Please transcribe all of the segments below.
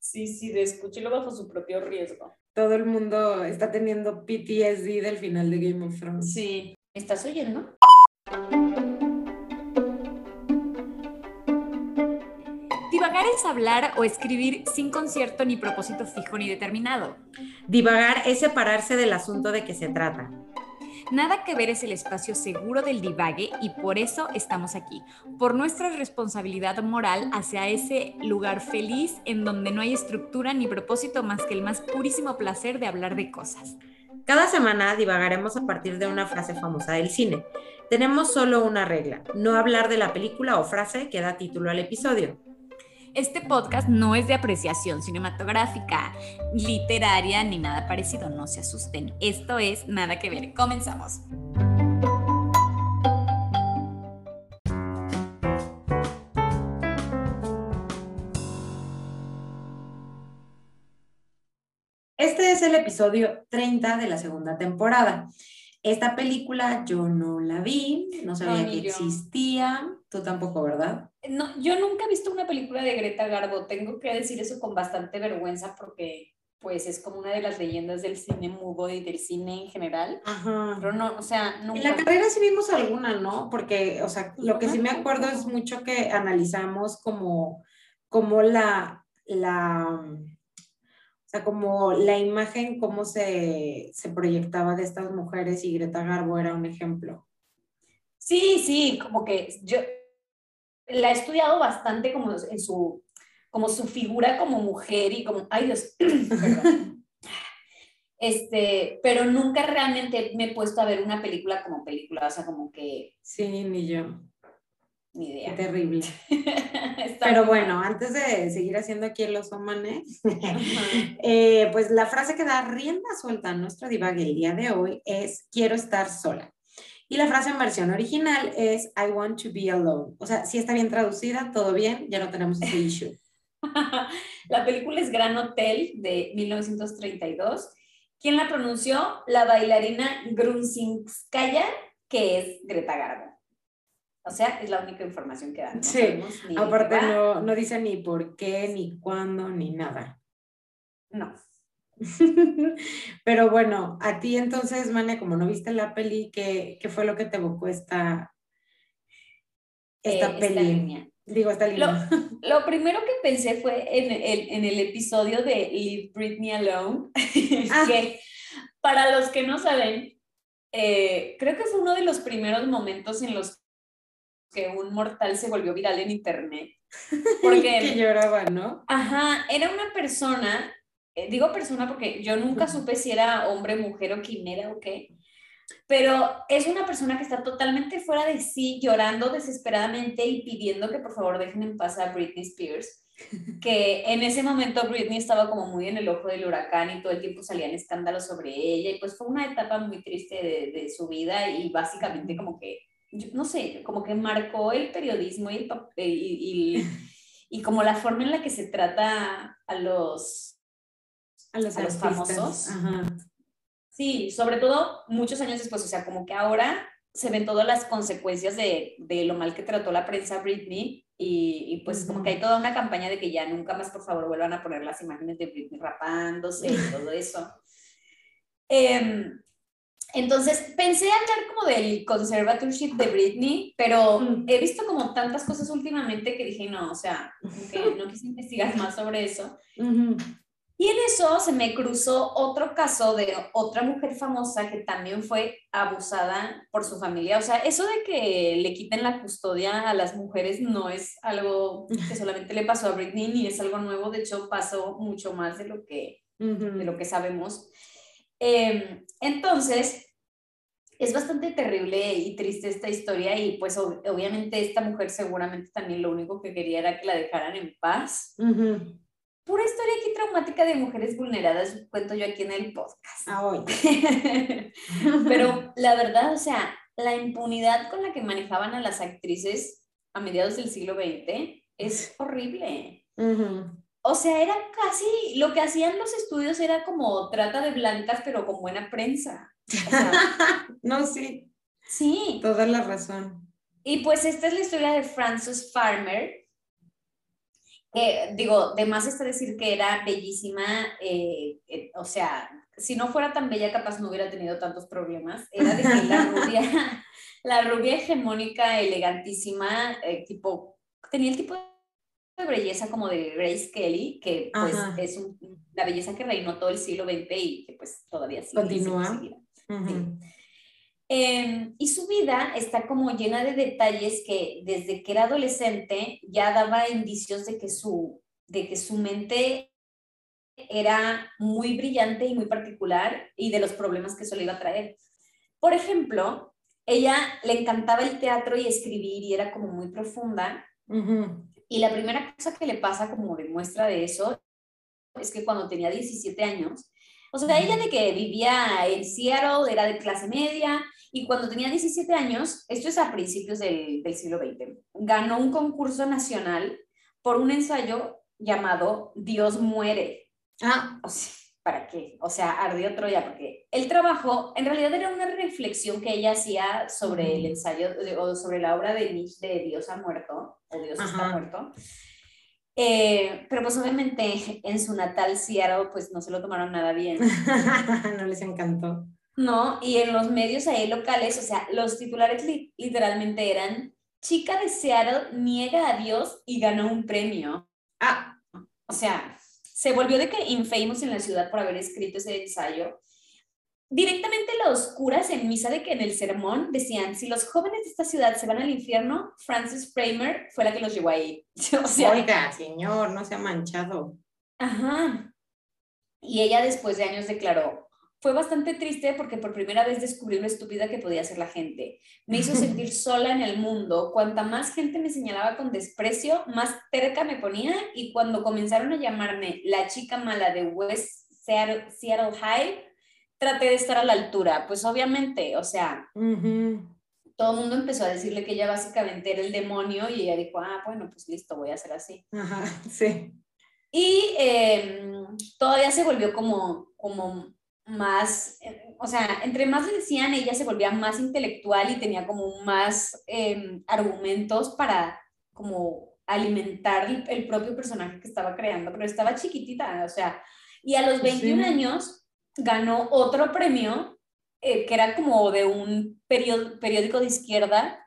Sí, de escúchelo bajo su propio riesgo. Todo el mundo está teniendo PTSD del final de Game of Thrones. Sí. ¿Me estás oyendo? Divagar es hablar o escribir sin concierto ni propósito fijo ni determinado. Divagar es separarse del asunto de que se trata. Nada que ver es el espacio seguro del divague y por eso estamos aquí, por nuestra responsabilidad moral hacia ese lugar feliz en donde no hay estructura ni propósito más que el más purísimo placer de hablar de cosas. Cada semana divagaremos a partir de una frase famosa del cine. Tenemos solo una regla, no hablar de la película o frase que da título al episodio. Este podcast no es de apreciación cinematográfica, literaria ni nada parecido, no se asusten. Esto es Nada que Ver. Comenzamos. Este es el episodio 30 de la segunda temporada. Esta película yo no la vi, no sabía que existía, tú tampoco, ¿verdad? No, yo nunca he visto una película de Greta Garbo, tengo que decir eso con bastante vergüenza porque pues es como una de las leyendas del cine mudo y del cine en general. Ajá. Pero no, o sea, nunca. En la carrera sí vimos alguna, ¿no? Porque, o sea, lo que sí me acuerdo es mucho que analizamos como o sea, como la imagen, cómo se proyectaba de estas mujeres y Greta Garbo era un ejemplo. Sí, como que yo la he estudiado bastante como como su figura como mujer y como, ay Dios, perdón. Pero nunca realmente me he puesto a ver una película como película, o sea, como que... Sí, ni yo. Ni idea. Qué terrible. Pero bueno, mal. Antes de seguir haciendo aquí los omanes, pues la frase que da rienda suelta a nuestro divague el día de hoy es quiero estar sola. Y la frase en versión original es I want to be alone. O sea, si está bien traducida, todo bien, ya no tenemos ese issue. La película es Gran Hotel de 1932. ¿Quién la pronunció? La bailarina Grunzinskaya, que es Greta Garbo. O sea, es la única información que dan. No sabemos ni aparte no dice ni por qué, ni cuándo, ni nada. No. Pero bueno, a ti entonces, Mane, como no viste la peli, ¿qué fue lo que te evocó esta peli? Esta línea. Lo primero que pensé fue en el episodio de Leave Britney Alone, que para los que no saben, creo que fue uno de los primeros momentos en los que un mortal se volvió viral en internet. Porque que lloraba, ¿no? Ajá, era una persona, digo persona porque yo nunca supe si era hombre, mujer o quimera o qué, pero es una persona que está totalmente fuera de sí, llorando desesperadamente y pidiendo que por favor dejen en paz a Britney Spears, que en ese momento Britney estaba como muy en el ojo del huracán y todo el tiempo salían escándalos sobre ella y pues fue una etapa muy triste de su vida y básicamente como que, no sé, como que marcó el periodismo y como la forma en la que se trata a los famosos. Ajá. Sí, sobre todo muchos años después, o sea, como que ahora se ven todas las consecuencias de lo mal que trató la prensa a Britney y pues como que hay toda una campaña de que ya nunca más, por favor, vuelvan a poner las imágenes de Britney rapándose y todo eso. Entonces pensé hablar como del conservatorship de Britney, pero he visto como tantas cosas últimamente que dije, no, o sea, como que no quise investigar más sobre eso. Y en eso se me cruzó otro caso de otra mujer famosa que también fue abusada por su familia. O sea, eso de que le quiten la custodia a las mujeres no es algo que solamente le pasó a Britney ni es algo nuevo. De hecho, pasó mucho más de lo que sabemos. Entonces, es bastante terrible y triste esta historia y pues obviamente esta mujer seguramente también lo único que quería era que la dejaran en paz. Pura historia aquí traumática de mujeres vulneradas, cuento yo aquí en el podcast. Pero la verdad, o sea, la impunidad con la que manejaban a las actrices a mediados del siglo XX es horrible. O sea, era casi, lo que hacían los estudios era como trata de blancas, pero con buena prensa. O sea, no, sí. Sí. Toda la razón. Y pues esta es la historia de Frances Farmer. Digo, de más está decir que era bellísima, o sea, si no fuera tan bella, capaz no hubiera tenido tantos problemas. Era de que la rubia hegemónica, elegantísima, tipo, tenía el tipo de belleza como de Grace Kelly, que pues es la belleza que reinó todo el siglo XX y que pues todavía sigue. Continúa. Sí. Y su vida está como llena de detalles que desde que era adolescente ya daba indicios de que su mente era muy brillante y muy particular y de los problemas que eso le iba a traer. Por ejemplo, ella le encantaba el teatro y escribir y era como muy profunda. Y la primera cosa que le pasa como demuestra de eso es que cuando tenía 17 años, o sea, ella de que vivía en Seattle, era de clase media, y cuando tenía 17 años, esto es a principios del siglo XX, ganó un concurso nacional por un ensayo llamado Dios muere. O sea, ¿para qué? O sea, ardió Troya, porque el trabajo en realidad era una reflexión que ella hacía sobre el ensayo o sobre la obra de Nietzsche de Dios ha muerto, o Dios está muerto. Pero pues obviamente en su natal Seattle pues no se lo tomaron nada bien. No les encantó. No, y en los medios ahí locales, o sea, los titulares literalmente eran: chica de Seattle niega a Dios y ganó un premio. O sea, se volvió de que infamous en la ciudad por haber escrito ese ensayo. Directamente los curas en misa de que en el sermón decían: si los jóvenes de esta ciudad se van al infierno, Frances Framer fue la que los llevó ahí. O sea, oiga, señor, no se ha manchado. Ajá. Y ella después de años declaró: fue bastante triste porque por primera vez descubrí lo estúpida que podía ser la gente. Me hizo sentir sola en el mundo. Cuanta más gente me señalaba con desprecio, más terca me ponía, y cuando comenzaron a llamarme la chica mala de West Seattle High, traté de estar a la altura. Pues obviamente, o sea, todo el mundo empezó a decirle que ella básicamente era el demonio y ella dijo: bueno, pues listo, voy a hacer así. Sí. Y todavía se volvió como más, o sea, entre más le decían, ella se volvía más intelectual y tenía como más argumentos para como alimentar el propio personaje que estaba creando, pero estaba chiquitita, o sea, y a los 21 años ganó otro premio que era como de un periódico de izquierda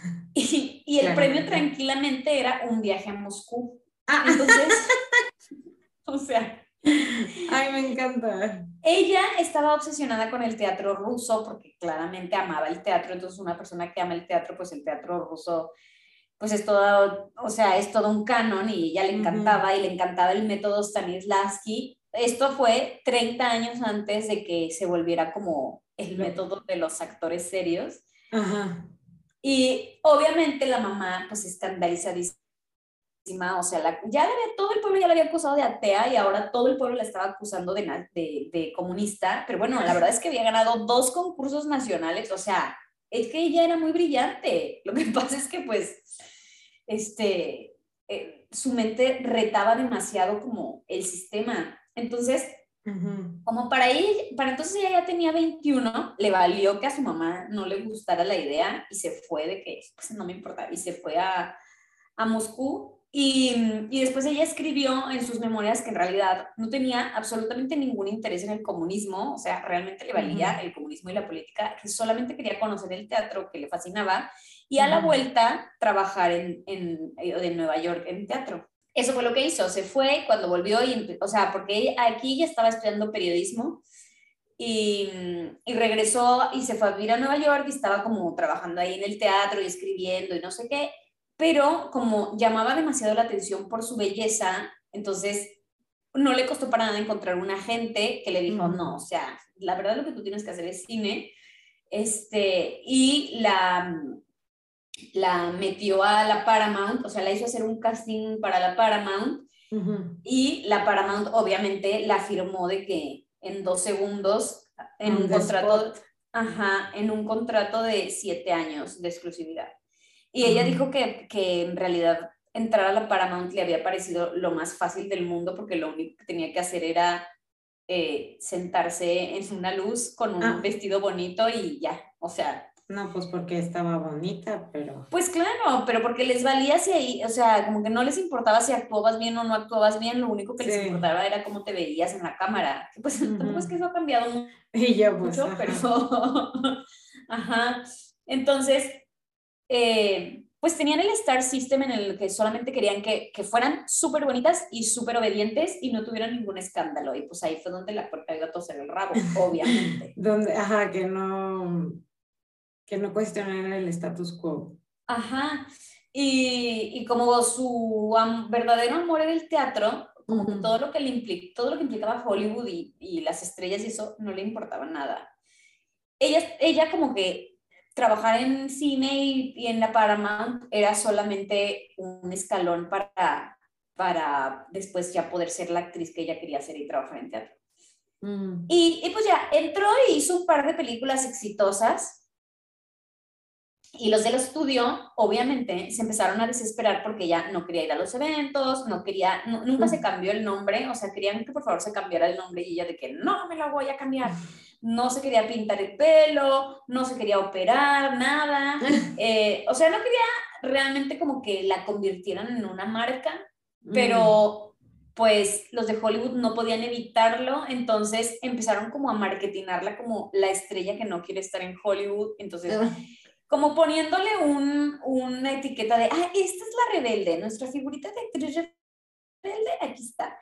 y el premio tranquilamente era un viaje a Moscú. Entonces, o sea, ay, me encanta. Ella estaba obsesionada con el teatro ruso porque claramente amaba el teatro, entonces una persona que ama el teatro, pues el teatro ruso, pues es todo, o sea, es todo un canon y ella le encantaba y le encantaba el método Stanislavski. Esto fue 30 años antes de que se volviera como el método de los actores serios. Y obviamente la mamá, pues escandalizadísima, o sea, todo el pueblo ya la había acusado de atea y ahora todo el pueblo la estaba acusando de comunista, pero bueno, la verdad es que había ganado 2 concursos nacionales, o sea, es que ella era muy brillante. Lo que pasa es que pues, su mente retaba demasiado como el sistema. Entonces, como para entonces ella ya tenía 21, le valió que a su mamá no le gustara la idea y se fue de que, pues no me importa, y se fue a Moscú. Y después ella escribió en sus memorias que en realidad no tenía absolutamente ningún interés en el comunismo, o sea, realmente le valía el comunismo y la política, que solamente quería conocer el teatro que le fascinaba y a la vuelta trabajar en Nueva York en teatro. Eso fue lo que hizo, se fue cuando volvió, o sea, porque aquí ya estaba estudiando periodismo y regresó y se fue a vivir a Nueva York y estaba como trabajando ahí en el teatro y escribiendo y no sé qué, pero como llamaba demasiado la atención por su belleza, entonces no le costó para nada encontrar un agente que le dijo: no, o sea, la verdad lo que tú tienes que hacer es cine, y la metió a la Paramount, o sea, la hizo hacer un casting para la Paramount, y la Paramount obviamente la firmó de que en 2 segundos en un contrato, en un contrato de 7 años de exclusividad. Y ella dijo que en realidad entrar a la Paramount le había parecido lo más fácil del mundo porque lo único que tenía que hacer era sentarse en una luz con un vestido bonito y ya, o sea, No, pues porque estaba bonita, pero... Pues claro, pero porque les valía si ahí, o sea, como que no les importaba si actuabas bien o no actuabas bien, lo único que les importaba era cómo te veías en la cámara. Que pues tampoco es que eso ha cambiado y yo, pues, mucho, pero... Ajá. Entonces, pues tenían el Star System en el que solamente querían que fueran súper bonitas y súper obedientes y no tuvieran ningún escándalo. Y pues ahí fue donde la puerca iba a toser el rabo, obviamente. Donde, ajá, que no cuestionaran el status quo. Ajá. Y como su verdadero amor era el teatro, como que todo lo que todo lo que implicaba Hollywood y las estrellas y eso no le importaba nada. Ella como que trabajar en cine y en la Paramount era solamente un escalón para después ya poder ser la actriz que ella quería ser y trabajar en teatro. Y pues ya entró y hizo un par de películas exitosas. Y los del estudio, obviamente, se empezaron a desesperar porque ella no quería ir a los eventos, nunca se cambió el nombre, o sea, querían que por favor se cambiara el nombre y ella de que no me lo voy a cambiar. No se quería pintar el pelo, no se quería operar, nada. O sea, no quería realmente como que la convirtieran en una marca, pero pues los de Hollywood no podían evitarlo, entonces empezaron como a marketinarla como la estrella que no quiere estar en Hollywood, entonces como poniéndole una etiqueta de, esta es la rebelde, nuestra figurita de actriz rebelde, aquí está.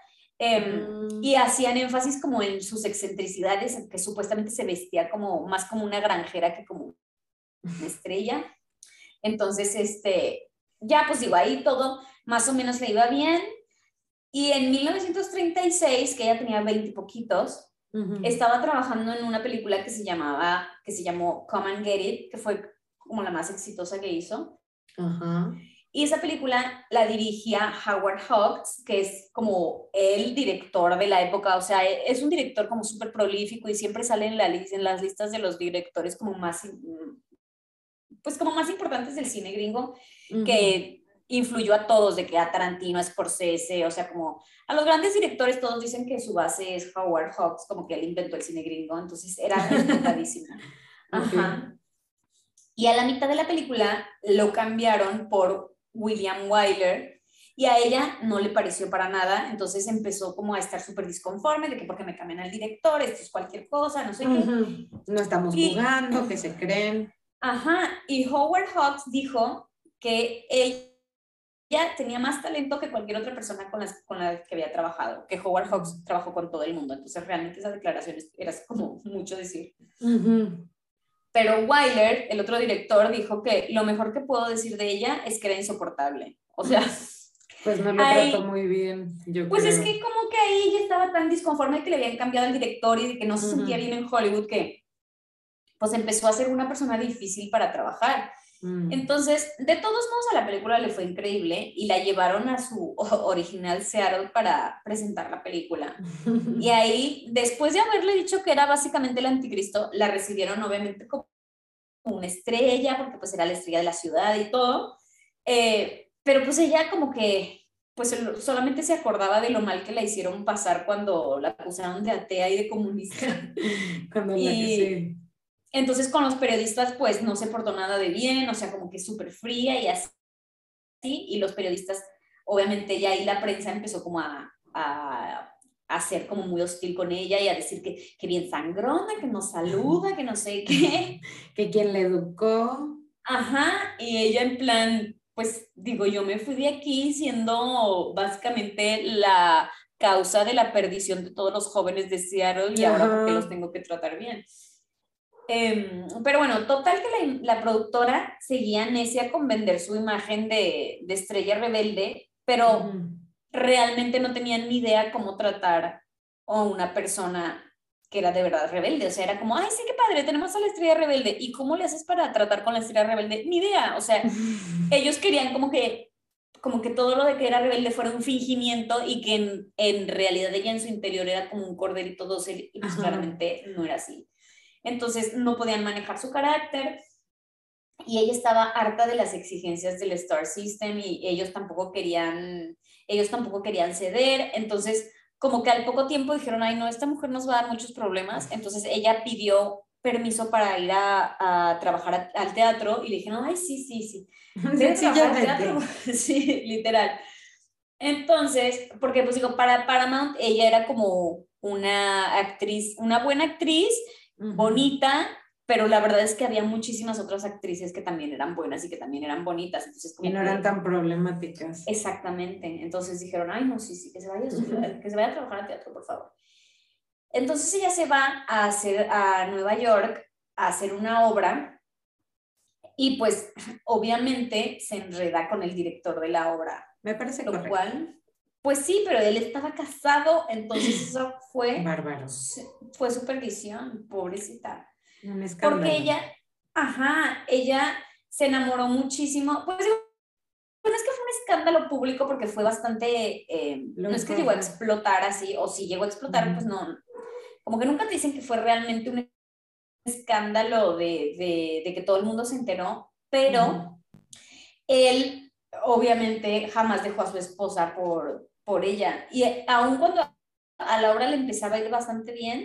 Y hacían énfasis como en sus excentricidades, que supuestamente se vestía más como una granjera que como una estrella. Entonces, ya pues digo, ahí todo más o menos le iba bien. Y en 1936, que ella tenía 20 y poquitos, estaba trabajando en una película que se llamó Come and Get It, que fue como la más exitosa que hizo. Y esa película la dirigía Howard Hawks, que es como el director de la época, o sea, es un director como súper prolífico y siempre sale en las listas de los directores como más importantes del cine gringo, que influyó a todos, de que a Tarantino, a Scorsese, o sea, como a los grandes directores todos dicen que su base es Howard Hawks, como que él inventó el cine gringo, entonces era respetadísimo. Ajá. Y a la mitad de la película lo cambiaron por William Wyler y a ella no le pareció para nada, entonces empezó como a estar súper disconforme de que porque me cambian al director, esto es cualquier cosa, no sé qué. No estamos jugando, que se creen. Ajá, y Howard Hawks dijo que ella tenía más talento que cualquier otra persona con la que había trabajado, que Howard Hawks trabajó con todo el mundo, entonces realmente esas declaraciones era como mucho decir. Pero Wyler, el otro director, dijo que lo mejor que puedo decir de ella es que era insoportable. O sea, pues no lo trató muy bien, pues creo. Es que como que ahí ella estaba tan disconforme que le habían cambiado el director y de que no se sentía bien en Hollywood que pues empezó a ser una persona difícil para trabajar. Entonces, de todos modos a la película le fue increíble y la llevaron a su original Seattle para presentar la película. Y ahí, después de haberle dicho que era básicamente el anticristo, la recibieron obviamente como una estrella, porque pues era la estrella de la ciudad y todo. Pero pues ella como que pues solamente se acordaba de lo mal que la hicieron pasar cuando la acusaron de atea y de comunista. Entonces con los periodistas pues no se portó nada de bien, o sea, como que súper fría y así, y los periodistas, obviamente ya ahí la prensa empezó como a ser como muy hostil con ella y a decir que bien sangrona, que no saluda, que no sé qué. Que quien le educó. Ajá, y ella en plan, pues digo, yo me fui de aquí siendo básicamente la causa de la perdición de todos los jóvenes de Seattle y ahora porque los tengo que tratar bien. Pero bueno, total que la productora seguía necia con vender su imagen de estrella rebelde, pero realmente no tenían ni idea cómo tratar a una persona que era de verdad rebelde. O sea, era como, ay, sí, qué padre, tenemos a la estrella rebelde. ¿Y cómo le haces para tratar con la estrella rebelde? Ni idea. O sea, ellos querían como que todo lo de que era rebelde fuera un fingimiento y que en realidad ella en su interior era como un corderito dócil y pues claramente no era así. Entonces no podían manejar su carácter y ella estaba harta de las exigencias del Star System y ellos tampoco querían ceder. Entonces como que al poco tiempo dijeron, ay no, esta mujer nos va a dar muchos problemas. Entonces ella pidió permiso para ir a trabajar al teatro y le dije, no, ay, sí. Sencillamente. Sí, literal. Entonces, porque pues digo, para Paramount ella era como una actriz, una buena actriz, bonita, pero la verdad es que había muchísimas otras actrices que también eran buenas y que también eran bonitas. Entonces, como y no eran tan problemáticas. Exactamente. Entonces dijeron, ay, no, sí, que se vaya a trabajar al teatro, por favor. Entonces ella se va a Nueva York a hacer una obra y pues obviamente se enreda con el director de la obra. Me parece lo correcto. Cual, pues sí, pero él estaba casado, entonces eso fue... Bárbaro. Fue su perdición, pobrecita. Un escándalo. Porque ella se enamoró muchísimo. Pues bueno, es que fue un escándalo público porque fue bastante, no es que llegó a explotar así, o si llegó a explotar, pues no, como que nunca te dicen que fue realmente un escándalo de que todo el mundo se enteró, pero él obviamente jamás dejó a su esposa por ella, y aun cuando a Laura le empezaba a ir bastante bien,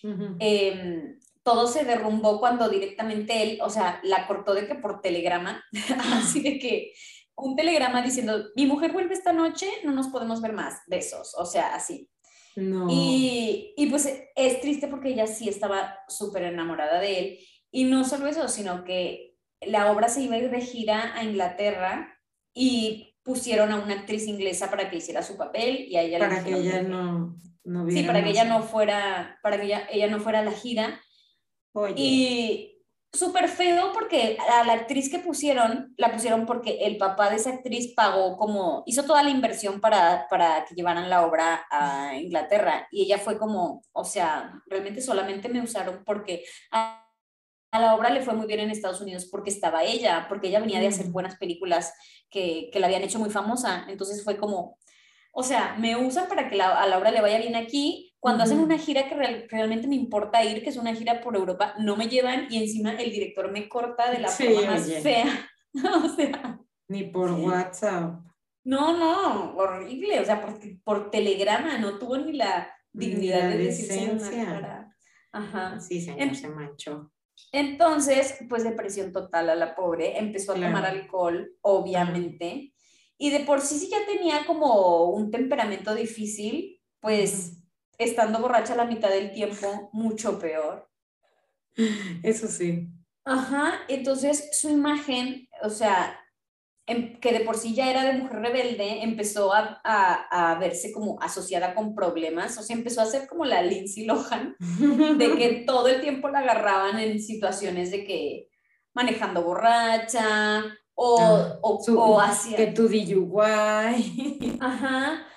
todo se derrumbó cuando directamente él, o sea, la cortó de que por telegrama, así de que un telegrama diciendo, mi mujer vuelve esta noche, no nos podemos ver más, besos, o sea, así. No. Y pues es triste porque ella sí estaba súper enamorada de él, y no solo eso, sino que la obra se iba a ir de gira a Inglaterra y pusieron a una actriz inglesa para que hiciera su papel y a ella para le dijeron que ella no sí, viera para que más. ella no fuera, para que ella no fuera a la gira. Oye. Y súper feo porque a la actriz que la pusieron porque el papá de esa actriz pagó como, hizo toda la inversión para que llevaran la obra a Inglaterra. Y ella fue como, o sea, realmente solamente me usaron porque a la obra le fue muy bien en Estados Unidos porque estaba ella, porque ella venía de hacer buenas películas que la habían hecho muy famosa. Entonces fue como, o sea, me usan para que a la obra le vaya bien aquí. Cuando hacen una gira que realmente me importa ir, que es una gira por Europa, no me llevan y encima el director me corta de la forma más fea. O sea. Ni por WhatsApp. No, horrible. O sea, por telegrama no tuvo ni la dignidad ni la de decírselo en la decencia. cara. Ajá. Sí, señor, se manchó. Entonces, pues depresión total a la pobre, empezó a tomar alcohol, obviamente, y de por sí ya tenía como un temperamento difícil, pues estando borracha la mitad del tiempo, mucho peor. Eso sí. Ajá, entonces su imagen, o sea, que de por sí ya era de mujer rebelde, empezó a verse como asociada con problemas, o sea, empezó a ser como la Lindsay Lohan, de que todo el tiempo la agarraban en situaciones de que manejando borracha o hacía... Que tu DUI. Ajá,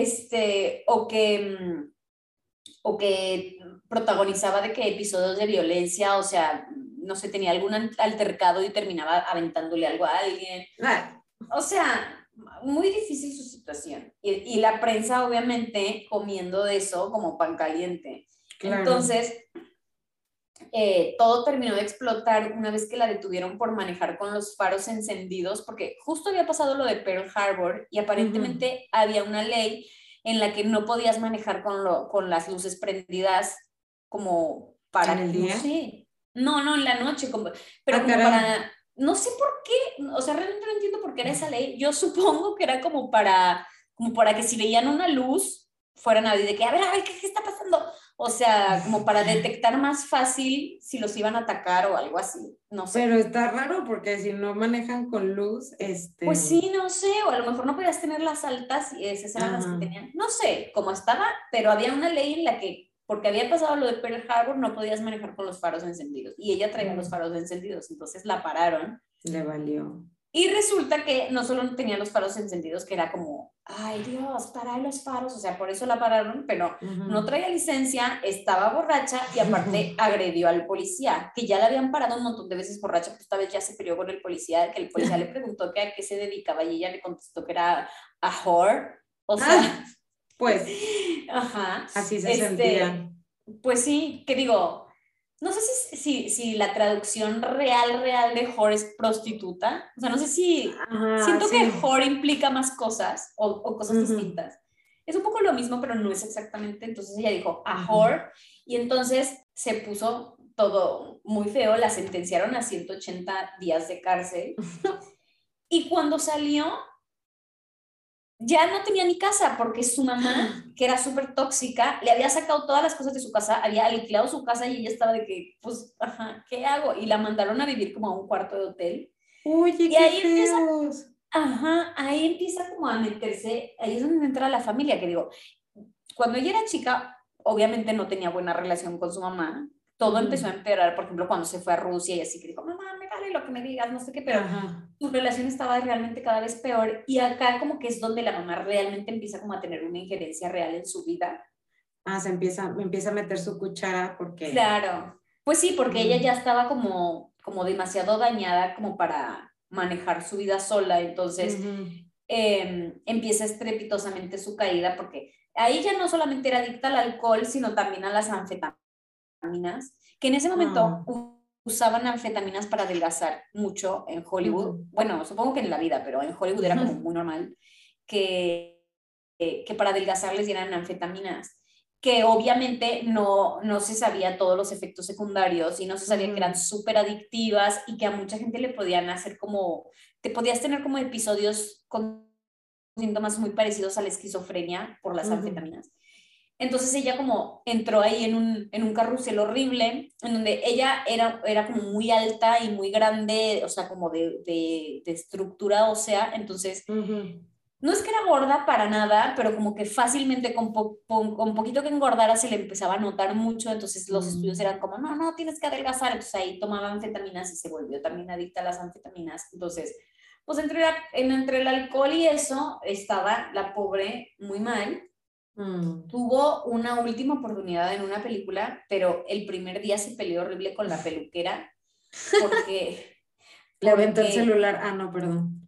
o que protagonizaba de que episodios de violencia, o sea, no sé, tenía algún altercado y terminaba aventándole algo a alguien. O sea, muy difícil su situación. Y la prensa, obviamente, comiendo de eso como pan caliente. Claro. Entonces, todo terminó de explotar una vez que la detuvieron por manejar con los faros encendidos, porque justo había pasado lo de Pearl Harbor y aparentemente había una ley en la que no podías manejar con las luces prendidas como para... ¿En el día? No sé. No, en la noche, pero como para... No sé por qué, o sea, realmente no entiendo por qué era esa ley. Yo supongo que era como para que si veían una luz, fueran a de que, a ver, ¿qué está pasando? O sea, como para detectar más fácil si los iban a atacar o algo así, no sé. Pero está raro porque si no manejan con luz, Pues sí, no sé, o a lo mejor no podías tener las altas y esas eran las que tenían. No sé cómo estaba, pero había una ley en la que, porque había pasado lo de Pearl Harbor, no podías manejar con los faros encendidos. Y ella traía los faros encendidos, entonces la pararon. Le valió. Y resulta que no solo tenía los faros encendidos, que era como, ay Dios, para los faros, o sea, por eso la pararon, pero no traía licencia, estaba borracha y aparte agredió al policía, que ya la habían parado un montón de veces borracha, pero esta vez ya se peleó con el policía, que el policía le preguntó que a qué se dedicaba y ella le contestó que era a whore, o sea... pues, ajá. Así se sentía. Pues sí, que digo... No sé si la traducción real de whore es prostituta. O sea, no sé si... siento que whore implica más cosas o cosas distintas. Es un poco lo mismo, pero no es exactamente. Entonces ella dijo a whore y entonces se puso todo muy feo, la sentenciaron a 180 días de cárcel. Y cuando salió, ya no tenía ni casa porque su mamá, que era súper tóxica, le había sacado todas las cosas de su casa, había alquilado su casa y ella estaba de que, pues, ajá, ¿qué hago? Y la mandaron a vivir como a un cuarto de hotel. Oye, Y qué feos. ahí empieza como a meterse, ahí es donde entra la familia, que digo, cuando ella era chica, obviamente no tenía buena relación con su mamá, todo empezó a empeorar, por ejemplo, cuando se fue a Rusia y así que dijo, mamá, me vale lo que me digas, no sé qué, pero su relación estaba realmente cada vez peor y acá como que es donde la mamá realmente empieza como a tener una injerencia real en su vida. Se empieza a meter su cuchara porque... Claro, pues sí, porque ella ya estaba como demasiado dañada como para manejar su vida sola, entonces empieza estrepitosamente su caída porque ahí ya no solamente era adicta al alcohol, sino también a las anfetaminas, que en ese momento usaban anfetaminas para adelgazar mucho en Hollywood. Bueno, supongo que en la vida, pero en Hollywood era como muy normal que para adelgazar les dieran anfetaminas, que obviamente no se sabía todos los efectos secundarios y no se sabía que eran súper adictivas y que a mucha gente le podían hacer como, te podías tener como episodios con síntomas muy parecidos a la esquizofrenia por las anfetaminas. Entonces ella como entró ahí en un carrusel horrible, en donde ella era como muy alta y muy grande, o sea, como de estructura ósea, entonces no es que era gorda para nada, pero como que fácilmente con poquito que engordara se le empezaba a notar mucho, entonces los estudios eran como, no, tienes que adelgazar, entonces ahí tomaba anfetaminas y se volvió también adicta a las anfetaminas, entonces pues entre el alcohol y eso estaba la pobre muy mal. Tuvo una última oportunidad en una película, pero el primer día se peleó horrible con la peluquera porque... Le aventó el celular. No, perdón.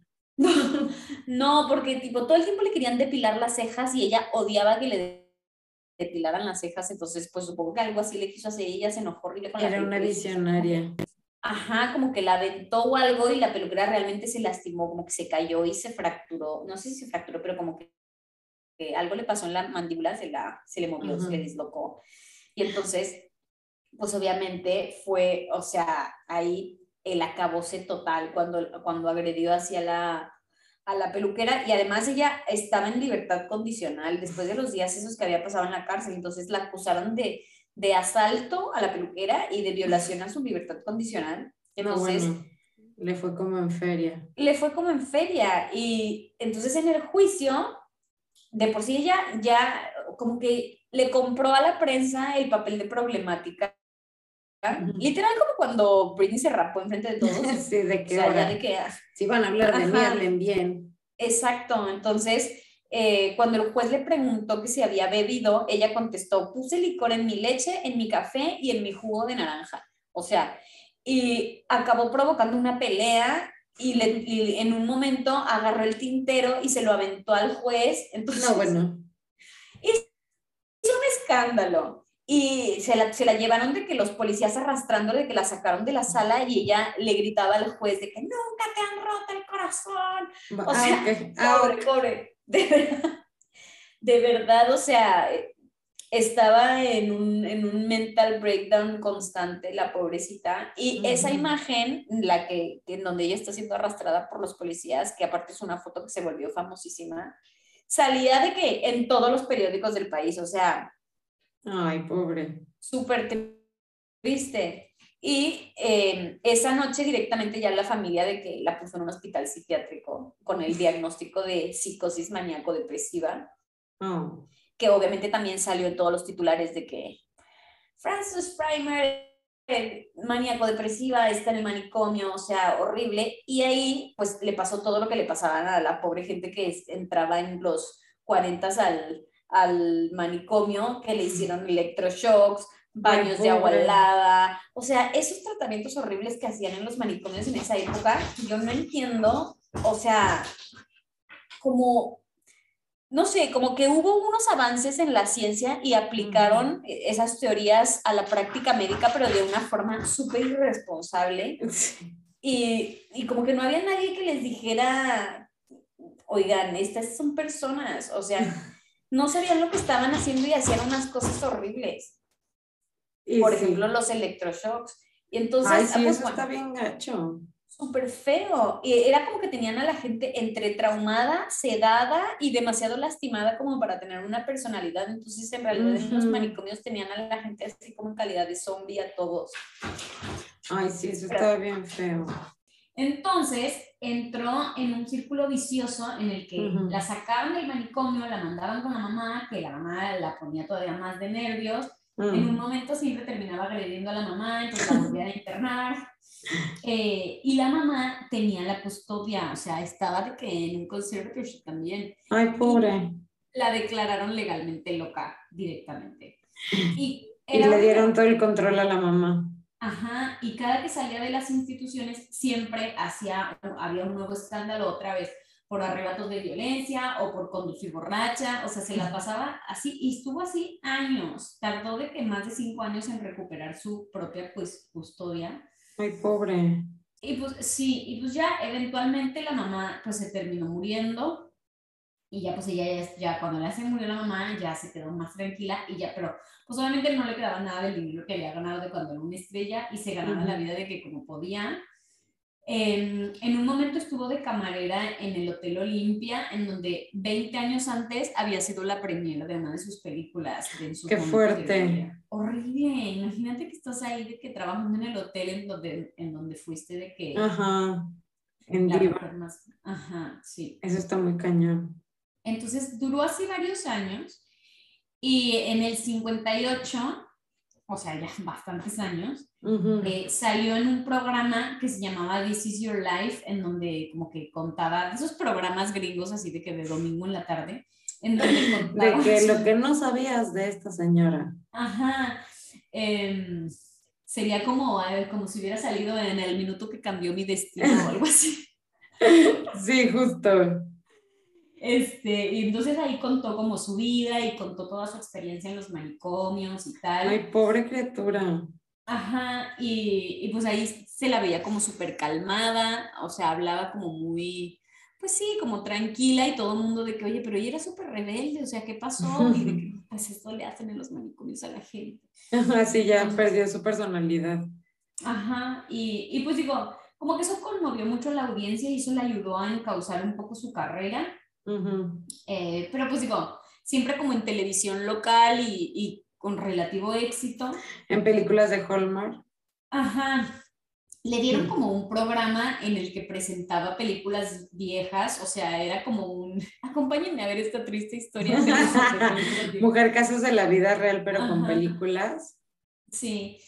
No, porque tipo todo el tiempo le querían depilar las cejas y ella odiaba que le depilaran las cejas, entonces pues supongo que algo así le quiso hacer y ella se enojó horrible con la peluquera. Era una visionaria. Ajá, como que la aventó o algo y la peluquera realmente se lastimó, como que se cayó y se fracturó, no sé si se fracturó, pero como que algo le pasó en la mandíbula, se le movió, se le dislocó. Y entonces, pues obviamente fue, o sea, ahí el acabose total cuando agredió hacia a la peluquera y además ella estaba en libertad condicional después de los días esos que había pasado en la cárcel, entonces la acusaron de asalto a la peluquera y de violación a su libertad condicional. Entonces, no, bueno, le fue como en feria. Le fue como en feria y entonces en el juicio de por sí ella ya como que le compró a la prensa el papel de problemática. Literal como cuando Britney se rapó enfrente de todos. Sí, de qué o sea, hora. ya de que... Si van a hablar de mí, hablen bien. Exacto, entonces cuando el juez le preguntó que si había bebido, ella contestó, puse licor en mi leche, en mi café y en mi jugo de naranja. O sea, y acabó provocando una pelea y en un momento agarró el tintero y se lo aventó al juez. Entonces, no, bueno. Hizo un escándalo. Y se la llevaron de que los policías arrastrando, de que la sacaron de la sala y ella le gritaba al juez de que nunca te han roto el corazón. O sea, pobre. De verdad, o sea, estaba en un mental breakdown constante, la pobrecita. Y esa imagen, en donde ella está siendo arrastrada por los policías, que aparte es una foto que se volvió famosísima, salía de que en todos los periódicos del país, o sea... Ay, pobre. Súper triste. Y esa noche directamente ya la familia de que la puso en un hospital psiquiátrico con el diagnóstico de psicosis maníaco-depresiva, que obviamente también salió en todos los titulares de que Frances Primer, maníaco-depresiva, está en el manicomio, o sea, horrible. Y ahí pues le pasó todo lo que le pasaba a la pobre gente que entraba en los 40 al manicomio, que le hicieron electroshocks, baños de agua helada, o sea, esos tratamientos horribles que hacían en los manicomios en esa época, yo no entiendo, o sea, como, no sé, como que hubo unos avances en la ciencia y aplicaron esas teorías a la práctica médica, pero de una forma súper irresponsable. Y como que no había nadie que les dijera, oigan, estas son personas, o sea, no sabían lo que estaban haciendo y hacían unas cosas horribles. por ejemplo, los electroshocks. Y entonces, ay, sí, pues, eso está bien gacho. Súper feo. Y era como que tenían a la gente entre traumada, sedada y demasiado lastimada como para tener una personalidad. Entonces, en realidad, en los manicomios tenían a la gente así como en calidad de zombie a todos. Ay, sí, eso está bien feo. Entonces, entró en un círculo vicioso en el que la sacaban del manicomio, la mandaban con la mamá, que la mamá la ponía todavía más de nervios. En un momento siempre terminaba agrediendo a la mamá, entonces la volvían a internar. Y la mamá tenía la custodia, o sea, estaba de que en un conservatorship también. Ay, pobre. Y la declararon legalmente loca directamente. Y le dieron todo el control a la mamá. Ajá, y cada que salía de las instituciones siempre había un nuevo escándalo otra vez por arrebatos de violencia o por conducir borracha, o sea, se la pasaba así y estuvo así años. Tardó de que más de 5 años en recuperar su propia custodia. Ay, pobre. Y pues sí, y pues ya eventualmente la mamá pues se terminó muriendo y ya pues ella ya cuando se murió la mamá ya se quedó más tranquila y ya, pero pues obviamente no le quedaba nada del dinero que había ganado de cuando era una estrella y se ganaba la vida de que como podía. En un momento estuvo de camarera en el Hotel Olimpia, en donde 20 años antes había sido la premiera de una de sus películas. Qué fuerte. Horrible. Imagínate que estás ahí de que trabajando en el hotel en donde fuiste de que... Ajá. En la diva. mujer más... Ajá, sí. Eso está muy cañón. Entonces duró así varios años y en el 58, o sea, ya bastantes años, salió en un programa que se llamaba This Is Your Life, en donde como que contaba, esos programas gringos así de que de domingo en la tarde, en donde contaba... De que lo que no sabías de esta señora. Ajá. Sería como si hubiera salido en El minuto que cambió mi destino o algo así. Sí, justo. Y entonces ahí contó como su vida y contó toda su experiencia en los manicomios y tal. Ay, pobre criatura. Ajá, y pues ahí se la veía como súper calmada, o sea, hablaba como muy, pues sí, como tranquila y todo el mundo de que, oye, pero ella era súper rebelde, o sea, ¿qué pasó? Y de que, pues esto le hacen en los manicomios a la gente. Así ya perdió su personalidad. Ajá, y pues digo, como que eso conmovió mucho a la audiencia y eso le ayudó a encauzar un poco su carrera. Pero pues digo, siempre como en televisión local y con relativo éxito. En películas de Hallmark. Ajá. Le dieron como un programa en el que presentaba películas viejas, o sea, era como un... Acompáñenme a ver esta triste historia. Mujer, casos de la vida real, pero con películas. Sí,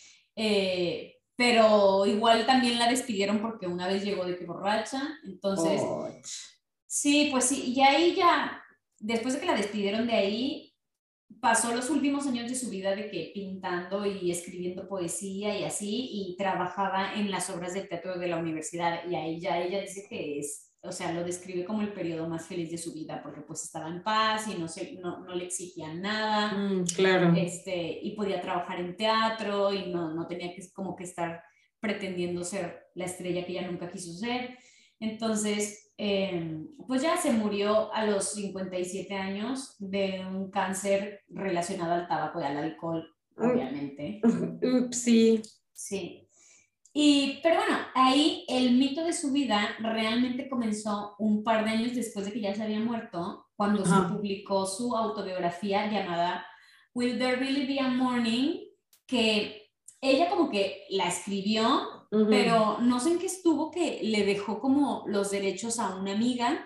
pero igual también la despidieron porque una vez llegó de que borracha, entonces... Sí, pues sí, y ahí ya, después de que la despidieron de ahí, pasó los últimos años de su vida de que pintando y escribiendo poesía y así, y trabajaba en las obras de teatro de la universidad, y ahí ya ella dice que o sea, lo describe como el periodo más feliz de su vida, porque pues estaba en paz y no le exigían nada, claro. Y podía trabajar en teatro y no tenía que como que estar pretendiendo ser la estrella que ella nunca quiso ser. Entonces, pues ya se murió a los 57 años de un cáncer relacionado al tabaco y al alcohol, obviamente. Sí. Sí. Pero bueno, ahí el mito de su vida realmente comenzó un par de años después de que ya se había muerto, cuando se publicó su autobiografía llamada Will There Really Be a Morning, que ella como que la escribió, pero no sé en qué estuvo, que le dejó como los derechos a una amiga.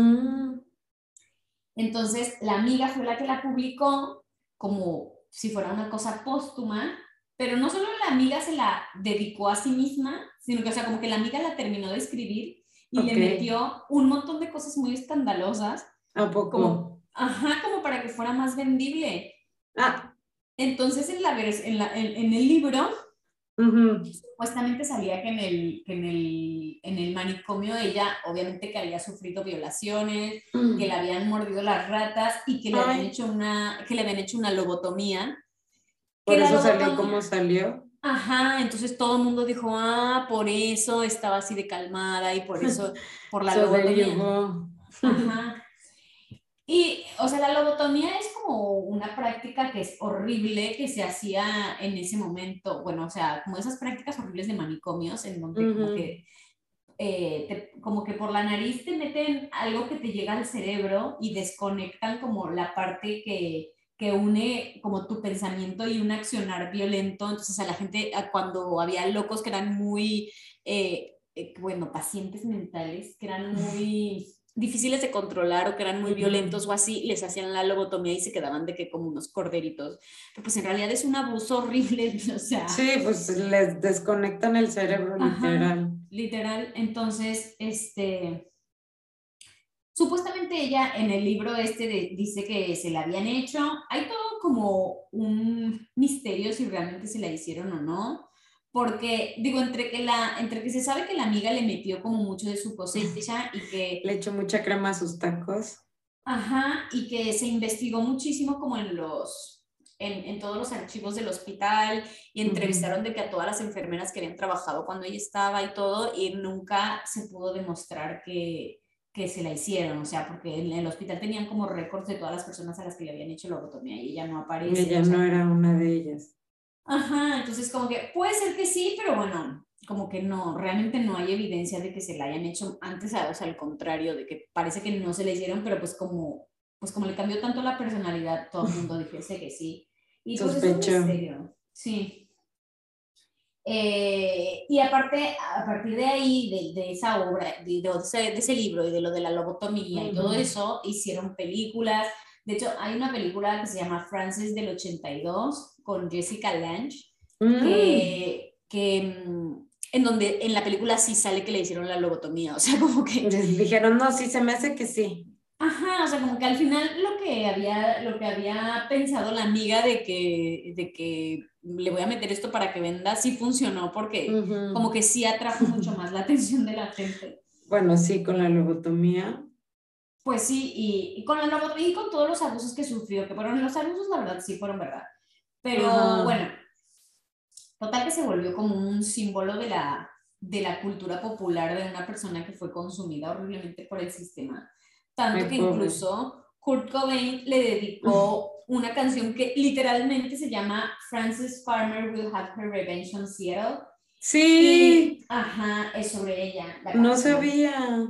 Entonces la amiga fue la que la publicó como si fuera una cosa póstuma, pero no solo la amiga se la dedicó a sí misma, sino que, o sea, como que la amiga la terminó de escribir y le metió un montón de cosas muy escandalosas. ¿A poco? Como para que fuera más vendible. Entonces en el libro supuestamente salía que en el manicomio ella obviamente que había sufrido violaciones, que le habían mordido las ratas y que le habían hecho una lobotomía. ¿Por eso salió como salió? Ajá, entonces todo el mundo dijo, por eso estaba así de calmada y por eso, por la lobotomía. Ajá. Y, o sea, la lobotomía es como una práctica que es horrible que se hacía en ese momento, bueno, o sea, como esas prácticas horribles de manicomios en donde como que por la nariz te meten algo que te llega al cerebro y desconectan como la parte que une como tu pensamiento y un accionar violento. Entonces a la gente, cuando había locos que eran muy, bueno, pacientes mentales, que eran muy difíciles de controlar o que eran muy violentos o así, les hacían la lobotomía y se quedaban de que como unos corderitos. Pero pues en realidad es un abuso horrible, o sea. Sí, pues les desconectan el cerebro, literal. Literal. Entonces, supuestamente ella en el libro dice que se la habían hecho. Hay todo como un misterio si realmente se la hicieron o no. Porque, digo, entre que se sabe que la amiga le metió como mucho de su cosecha y que... Le echó mucha crema a sus tacos. Ajá, y que se investigó muchísimo como en todos los archivos del hospital y entrevistaron de que a todas las enfermeras que habían trabajado cuando ella estaba y todo, y nunca se pudo demostrar que se la hicieron, o sea, porque en el hospital tenían como récords de todas las personas a las que le habían hecho lobotomía y ella no aparece. Ella o sea, no era una de ellas. Ajá, entonces como que puede ser que sí, pero bueno, como que no, realmente no hay evidencia de que se la hayan hecho antes, o sea, al contrario, de que parece que no se la hicieron, pero pues como le cambió tanto la personalidad, todo el mundo dijese que sí. Y pues es un Sospechó. misterio, sí. Y aparte, a partir de ahí, de esa obra, de ese libro y de lo de la lobotomía y todo eso, hicieron películas. De hecho, hay una película que se llama Frances del 82 con Jessica Lange, en donde en la película sí sale que le hicieron la lobotomía, o sea, como que... Les dijeron, no, sí, se me hace que sí. Ajá, o sea, como que al final lo que había pensado la amiga de que le voy a meter esto para que venda, sí funcionó porque como que sí atrajo mucho más la atención de la gente. Bueno, sí, con la lobotomía. Pues sí, y con la lobotomía y con todos los abusos que sufrió, que fueron los abusos, la verdad, sí fueron verdad. Pero bueno, total que se volvió como un símbolo de la cultura popular de una persona que fue consumida horriblemente por el sistema. Tanto Ay, que pobre. incluso Kurt Cobain le dedicó una canción que literalmente se llama Frances Farmer Will Have Her Revenge on Seattle. Sí. Y, ajá, es sobre ella. La No canción. sabía.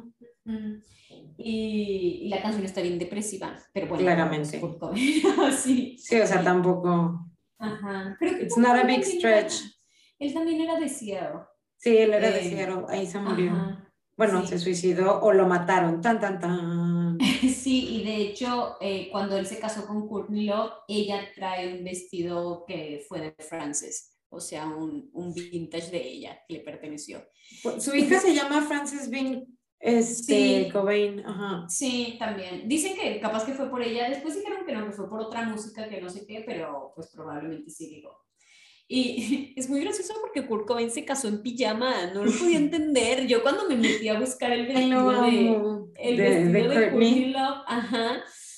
Y la canción está bien depresiva, pero bueno, Claramente. Kurt Cobain, sí. Sí, o sea, tampoco. Ajá. Creo que It's not a big también era, stretch. él también era de Seattle. Sí, él era de Seattle, ahí se murió. Ajá, Bueno, se sí. suicidó o lo mataron. Tan, tan, tan. Sí, y de hecho, cuando él se casó con Courtney Love, ella trae un vestido que fue de Frances, o sea, un vintage de ella que le perteneció. Su hija se llama Frances Bean Sí, Cobain. Ajá. sí, también. Dicen que capaz que fue por ella, después dijeron que no, que fue por otra música, que no sé qué, pero pues probablemente sí, digo. Y es muy gracioso porque Kurt Cobain se casó en pijama, no lo podía entender. Yo cuando me metí a buscar el Ay, lo vestido amo. el De vestido de Courtney Courtney. Love, ajá,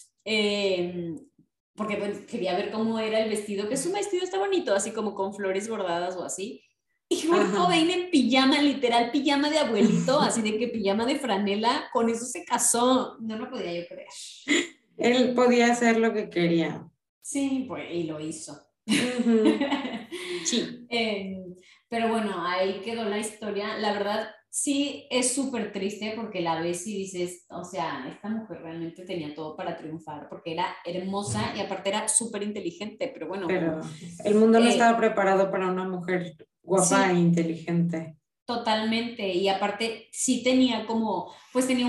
porque pues, quería ver cómo era el vestido, que su vestido está bonito, así como con flores bordadas o así. Y Kurt Cobain en pijama, literal pijama de abuelito, así de que pijama de franela, con eso se casó. No lo podía yo creer. Él podía hacer lo que quería. Sí, pues, y lo hizo. Sí. Pero bueno, ahí quedó la historia. La verdad, sí es súper triste porque la ves y dices, o sea, esta mujer realmente tenía todo para triunfar porque era hermosa y aparte era súper inteligente, pero bueno, como... Pero el mundo no estaba preparado para una mujer guapa e Sí, inteligente. totalmente. Y aparte sí tenía como, pues tenía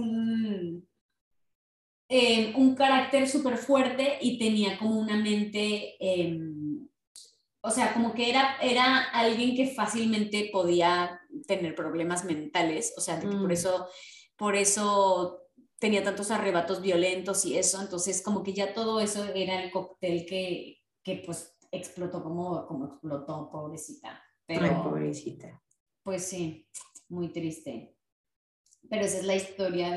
un carácter súper fuerte y tenía como una mente... o sea, como que era alguien que fácilmente podía tener problemas mentales, o sea, de que por eso tenía tantos arrebatos violentos y eso, entonces como que ya todo eso era el cóctel que pues explotó como explotó, pobrecita. Ay, Pero pobrecita. pues sí, muy triste. Pero esa es la historia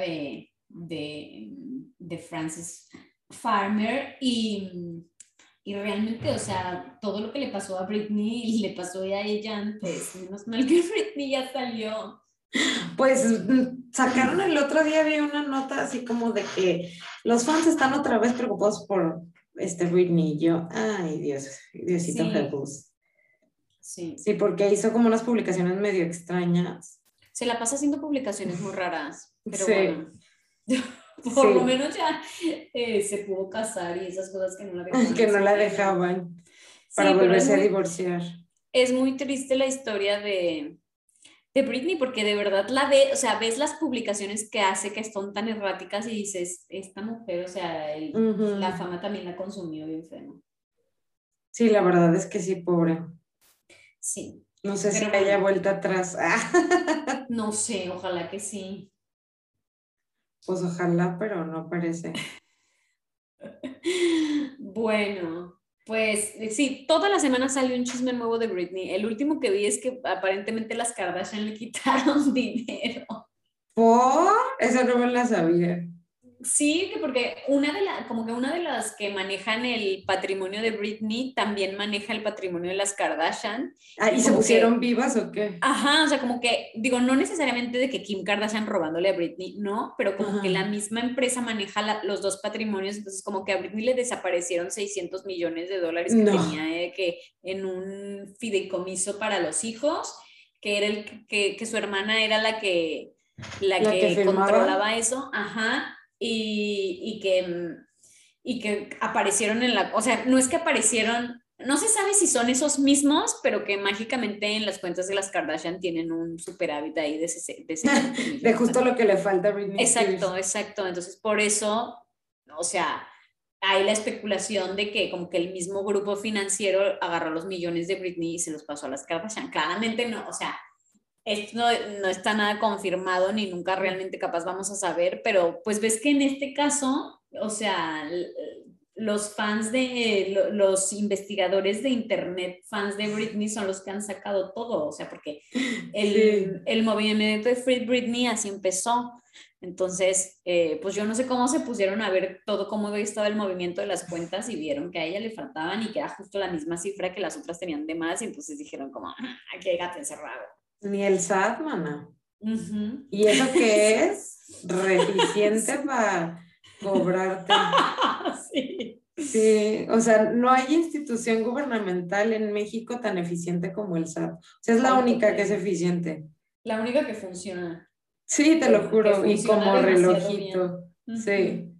de Frances Farmer y realmente, o sea, todo lo que le pasó a Britney le pasó a ella antes. Menos mal que Britney ya salió. Pues sacaron el otro día, vi una nota así como de que los fans están otra vez preocupados por Britney. Y yo, ay Dios, Diosito Sí. Jesús. Sí. Sí, porque hizo como unas publicaciones medio extrañas. Se la pasa haciendo publicaciones muy raras, pero Sí. bueno, por lo menos ya se pudo casar y esas cosas que no la dejaban. Que no la dejaban para sí, volverse a divorciar. Es muy triste la historia de Britney porque de verdad la ve, o sea, ves las publicaciones que hace que son tan erráticas y dices, esta mujer, o sea, la fama también la consumió bien feo. Sí, la verdad es que sí, pobre. Sí. No sé si haya vuelta atrás. No sé, ojalá que sí. Pues ojalá, pero no parece. Bueno, pues sí, toda la semana salió un chisme nuevo de Britney. El último que vi es que aparentemente las Kardashian le quitaron dinero. ¿Por? Esa no me la sabía. Sí, porque como que una de las que manejan el patrimonio de Britney también maneja el patrimonio de las Kardashian. ¿Y se pusieron vivas o qué? Ajá, o sea, como que, digo, no necesariamente de que Kim Kardashian robándole a Britney, no, pero como que la misma empresa maneja los dos patrimonios, entonces como que a Britney le desaparecieron 600 millones de dólares que tenía que en un fideicomiso para los hijos, que era que su hermana era la que controlaba eso, ajá, y que aparecieron o sea, no es que aparecieron, no se sabe si son esos mismos, pero que mágicamente en las cuentas de las Kardashian tienen un superávit ahí de justo lo que le falta a Britney Spears. Exacto. Entonces, por eso, o sea, hay la especulación de que como que el mismo grupo financiero agarró los millones de Britney y se los pasó a las Kardashian. Claramente no, o sea, esto no está nada confirmado ni nunca realmente capaz vamos a saber, pero pues ves que en este caso, o sea, los fans los investigadores de internet, fans de Britney, son los que han sacado todo, o sea, porque el movimiento de Free Britney así empezó. Entonces, pues yo no sé cómo se pusieron a ver todo, cómo había estado el movimiento de las cuentas y vieron que a ella le faltaban y que era justo la misma cifra que las otras tenían de más y entonces dijeron como, aquí hay gato encerrado. Ni el SAT, mana. ¿Y eso qué es? Reficiente para cobrarte. Sí. Sí, o sea, no hay institución gubernamental en México tan eficiente como el SAT. O sea, es la única que es eficiente. La única que funciona. Sí, te lo juro, y como relojito. Sí.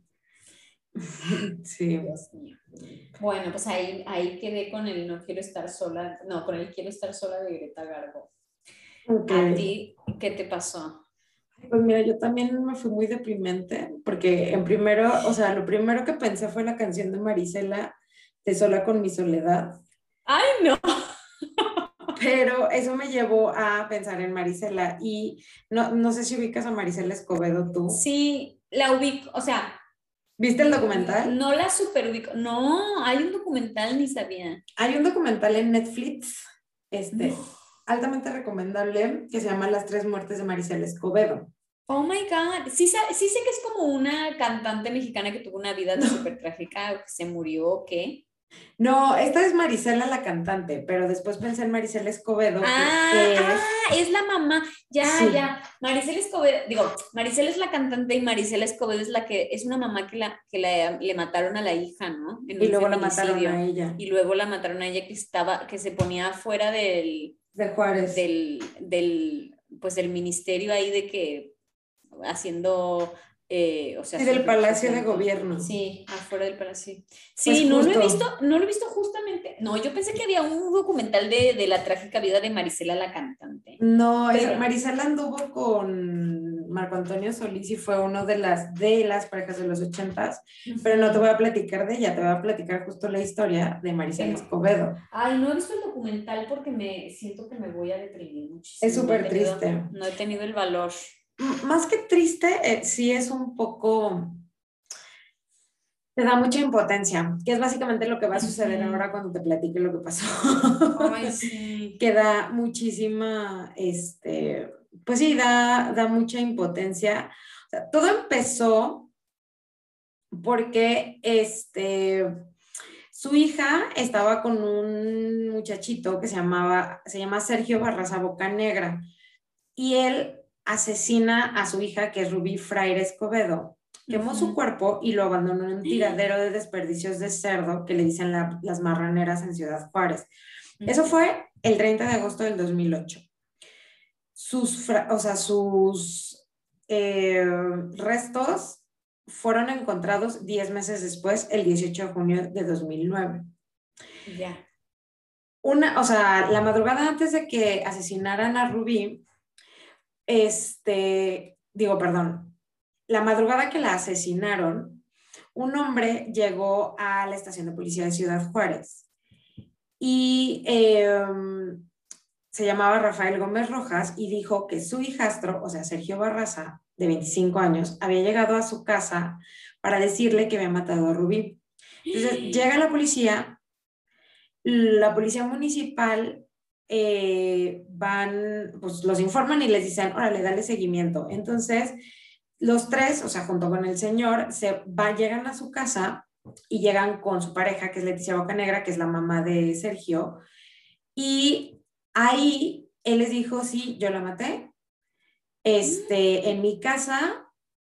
Sí. Dios mío. Bueno, pues ahí quedé con el no quiero estar sola, no, con el quiero estar sola de Greta Garbo. Okay. ¿A ti qué te pasó? Pues mira, yo también me fui muy deprimente, porque o sea, lo primero que pensé fue la canción de Marisela, de Sola con mi soledad. ¡Ay, no! Pero eso me llevó a pensar en Marisela, y no sé si ubicas a Marisela Escobedo tú. Sí, la ubico, o sea... ¿Viste el documental? No la super ubico, no, hay un documental, ni sabía. Hay un documental en Netflix, altamente recomendable, que se llama Las tres muertes de Marisela Escobedo. Oh my God, sí sé que es como una cantante mexicana que tuvo una vida súper trágica, o que se murió, ¿o qué? No, esta es Marisela la cantante, pero después pensé en Marisela Escobedo. Es la mamá, ya. Marisela Escobedo, Marisela es la cantante y Marisela Escobedo es es una mamá que le mataron a la hija, ¿no? Y luego la mataron a ella. Y luego la mataron a ella que se ponía afuera de Juárez. Pues del ministerio ahí de que haciendo... o sea, sí, del Palacio de Gobierno. Sí, afuera del Palacio. Sí, pues no lo he visto justamente. No, yo pensé que había un documental de la trágica vida de Marisela la cantante. No, Marisela anduvo con Marco Antonio Solís y fue uno de las parejas de los 80s, pero no te voy a platicar de ella, te voy a platicar justo la historia de Marisela Escobedo. Ay, no he visto el documental porque siento que me voy a deprimir muchísimo. Es súper triste. No he tenido el valor. Más que triste, sí es un poco... Te da mucha impotencia, que es básicamente lo que va a suceder ahora cuando te platique lo que pasó. Ay, sí. Que da muchísima, pues sí, da mucha impotencia. O sea, todo empezó porque, su hija estaba con un muchachito que se llama Sergio Barraza Bocanegra, y él asesina a su hija, que es Rubí Fraire Escobedo, quemó su cuerpo y lo abandonó en un tiradero de desperdicios de cerdo que le dicen las marraneras en Ciudad Juárez. Eso fue el 30 de agosto del 2008. Sus restos fueron encontrados 10 meses después, el 18 de junio de 2009. Ya. La madrugada antes de que asesinaran a Rubí, la madrugada que la asesinaron, un hombre llegó a la estación de policía de Ciudad Juárez y se llamaba Rafael Gómez Rojas y dijo que su hijastro, o sea, Sergio Barraza, de 25 años, había llegado a su casa para decirle que había matado a Rubí. Entonces llega la policía municipal, pues los informan y les dicen, órale, dale seguimiento. Entonces, los tres, o sea, junto con el señor, llegan a su casa y llegan con su pareja, que es Leticia Bocanegra, que es la mamá de Sergio, y ahí él les dijo, sí, yo la maté, en mi casa,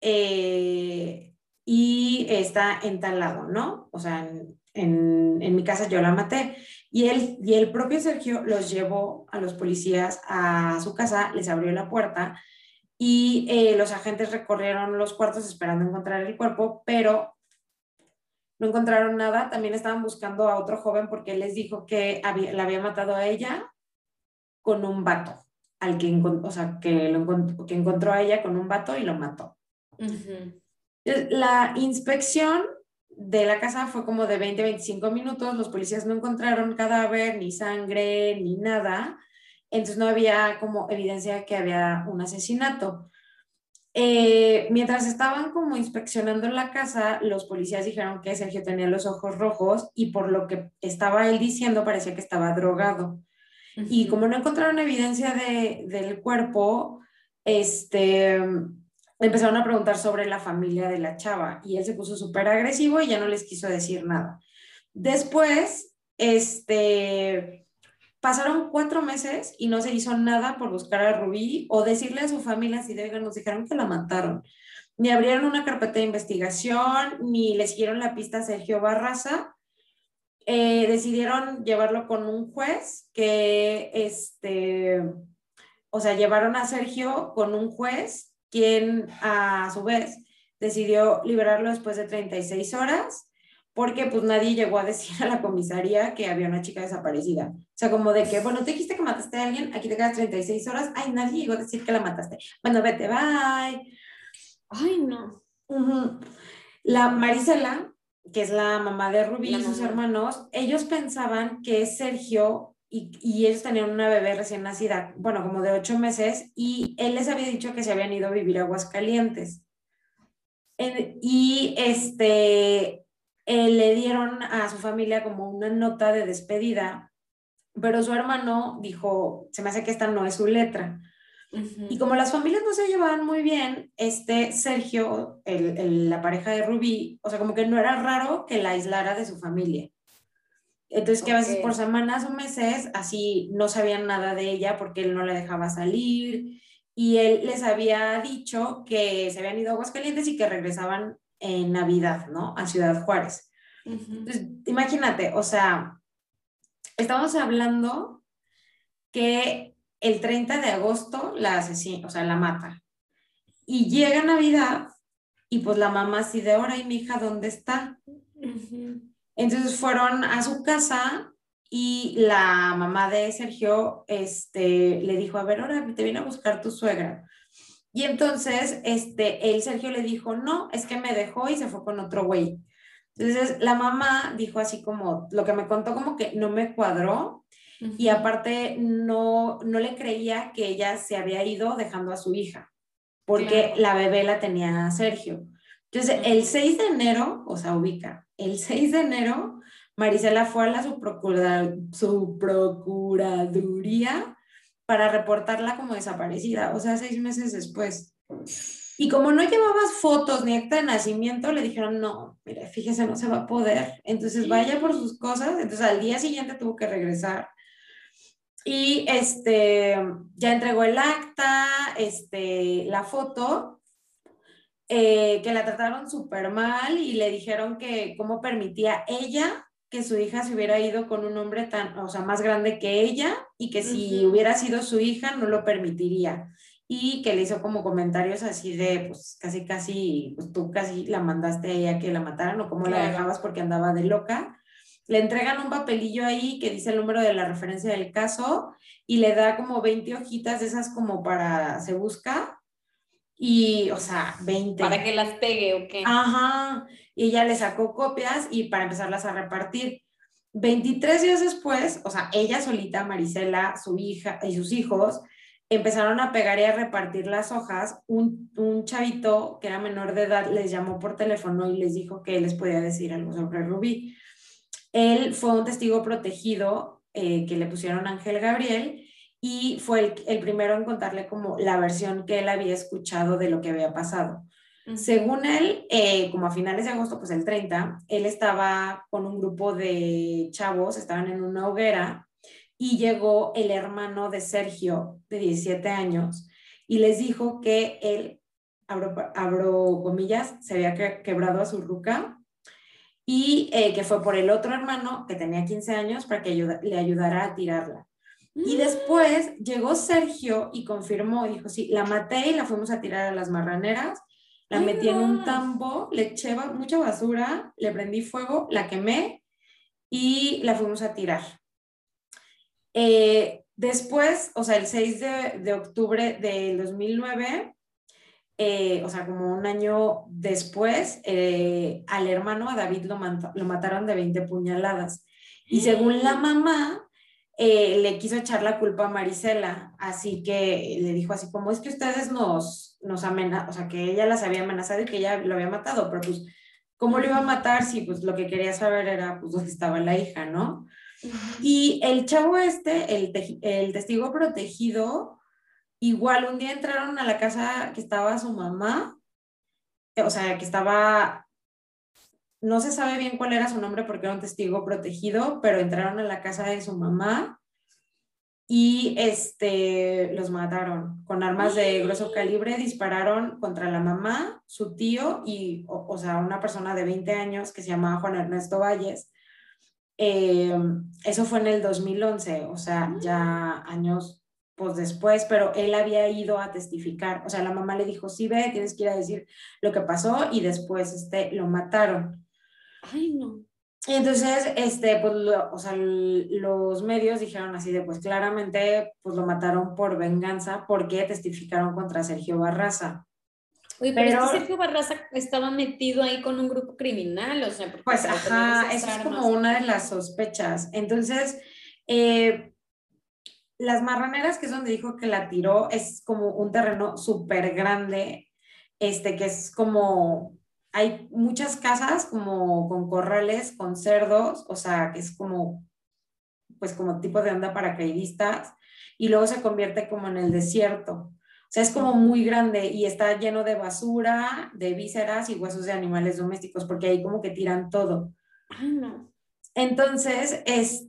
y está en tal lado, ¿no? O sea, en mi casa yo la maté. Y el propio Sergio los llevó a los policías a su casa, les abrió la puerta y los agentes recorrieron los cuartos esperando encontrar el cuerpo, pero no encontraron nada. También estaban buscando a otro joven porque él les dijo que la había matado a ella con un vato, que encontró a ella con un vato y lo mató. La inspección de la casa fue como de 20-25 minutos, los policías no encontraron cadáver, ni sangre, ni nada, entonces no había como evidencia que había un asesinato. Mientras estaban como inspeccionando la casa, los policías dijeron que Sergio tenía los ojos rojos y por lo que estaba él diciendo parecía que estaba drogado. Y como no encontraron evidencia del cuerpo, empezaron a preguntar sobre la familia de la chava y él se puso súper agresivo y ya no les quiso decir nada. Después, pasaron 4 meses y no se hizo nada por buscar a Rubí o decirle a su familia si nos dijeron que la mataron. Ni abrieron una carpeta de investigación, ni le siguieron la pista a Sergio Barraza. Decidieron llevarlo con un juez llevaron a Sergio con un juez, quien a su vez decidió liberarlo después de 36 horas, porque pues nadie llegó a decir a la comisaría que había una chica desaparecida. O sea, como de que, bueno, te dijiste que mataste a alguien, aquí te quedas 36 horas, ay, nadie llegó a decir que la mataste. Bueno, vete, bye. Ay, no. La Marisela, que es la mamá de Rubí y sus hermanos, ellos pensaban que Sergio y ellos tenían una bebé recién nacida, bueno, como de 8 meses, y él les había dicho que se habían ido a vivir a Aguascalientes. Le dieron a su familia como una nota de despedida, pero su hermano dijo, se me hace que esta no es su letra. Y como las familias no se llevaban muy bien, Sergio, la pareja de Rubí, o sea, como que no era raro que la aislara de su familia. Entonces, que a veces por semanas o meses así no sabían nada de ella porque él no la dejaba salir y él les había dicho que se habían ido a Aguascalientes y que regresaban en Navidad, ¿no? A Ciudad Juárez. Entonces, imagínate, o sea, estamos hablando que el 30 de agosto la asesina, o sea, la mata. Y llega Navidad y pues la mamá así de ahora, ¿y mi hija dónde está? Entonces fueron a su casa y la mamá de Sergio le dijo, a ver, ahora te viene a buscar tu suegra. Y entonces Sergio le dijo, no, es que me dejó y se fue con otro güey. Entonces la mamá dijo así como, lo que me contó como que no me cuadró y aparte no le creía que ella se había ido dejando a su hija, porque la bebé la tenía Sergio. Entonces, el 6 de enero, o sea, el 6 de enero, Marisela fue a su procuraduría para reportarla como desaparecida, o sea, 6 meses después. Y como no llevabas fotos ni acta de nacimiento, le dijeron, no, mire, fíjese, no se va a poder. Entonces, vaya por sus cosas. Entonces, al día siguiente tuvo que regresar. Y ya entregó el acta, la foto, que la trataron súper mal y le dijeron que cómo permitía ella que su hija se hubiera ido con un hombre tan, o sea, más grande que ella y que si hubiera sido su hija no lo permitiría. Y que le hizo como comentarios así de, pues casi, pues tú casi la mandaste a ella que la mataran o cómo la dejabas porque andaba de loca. Le entregan un papelillo ahí que dice el número de la referencia del caso y le da como 20 hojitas de esas como para se busca y, o sea, 20. Para que las pegue o qué. Ajá, y ella le sacó copias y para empezarlas a repartir. 23 días después, o sea, ella solita, Marisela, su hija y sus hijos, empezaron a pegar y a repartir las hojas. Un chavito que era menor de edad les llamó por teléfono y les dijo que él les podía decir algo sobre Rubí. Él fue un testigo protegido que le pusieron Ángel Gabriel y fue el primero en contarle como la versión que él había escuchado de lo que había pasado. Según él, como a finales de agosto, pues el 30, él estaba con un grupo de chavos, estaban en una hoguera y llegó el hermano de Sergio, de 17 años, y les dijo que él, abro comillas, se había quebrado a su ruca y que fue por el otro hermano que tenía 15 años para que le ayudara a tirarla. Y después llegó Sergio y confirmó, dijo, sí, la maté y la fuimos a tirar a las marraneras, la metí en un tambo, le eché mucha basura, le prendí fuego, la quemé y la fuimos a tirar. Después, o sea, el 6 de octubre del 2009, o sea, como un año después, al hermano, a David, lo mataron de 20 puñaladas. Y según la mamá, le quiso echar la culpa a Marisela, así que le dijo así como, es que ustedes nos amenazan, o sea, que ella las había amenazado y que ella lo había matado, pero pues, ¿cómo lo iba a matar si pues lo que quería saber era pues dónde estaba la hija, ¿no? Y el chavo el testigo protegido, igual un día entraron a la casa que estaba su mamá, o sea, que estaba, no se sabe bien cuál era su nombre porque era un testigo protegido, pero entraron a la casa de su mamá y los mataron con armas de grueso calibre, dispararon contra la mamá, su tío y, o sea, una persona de 20 años que se llamaba Juan Ernesto Valles. Eso fue en el 2011, o sea, ya años pues después, pero él había ido a testificar, o sea, la mamá le dijo, sí, ve, tienes que ir a decir lo que pasó y después lo mataron. Ay, no. Y entonces, pues, o sea, los medios dijeron así de, pues claramente, pues lo mataron por venganza porque testificaron contra Sergio Barraza. Oye, pero es que Sergio Barraza estaba metido ahí con un grupo criminal, o sea, pues ajá, eso es como una de las sospechas. Entonces, las Marraneras, que es donde dijo que la tiró, es como un terreno súper grande, que es como, hay muchas casas como con corrales, con cerdos, o sea, que es como, pues como tipo de onda paracaidistas, y luego se convierte como en el desierto. O sea, es como muy grande y está lleno de basura, de vísceras y huesos de animales domésticos, porque ahí como que tiran todo. Ay, no. Entonces,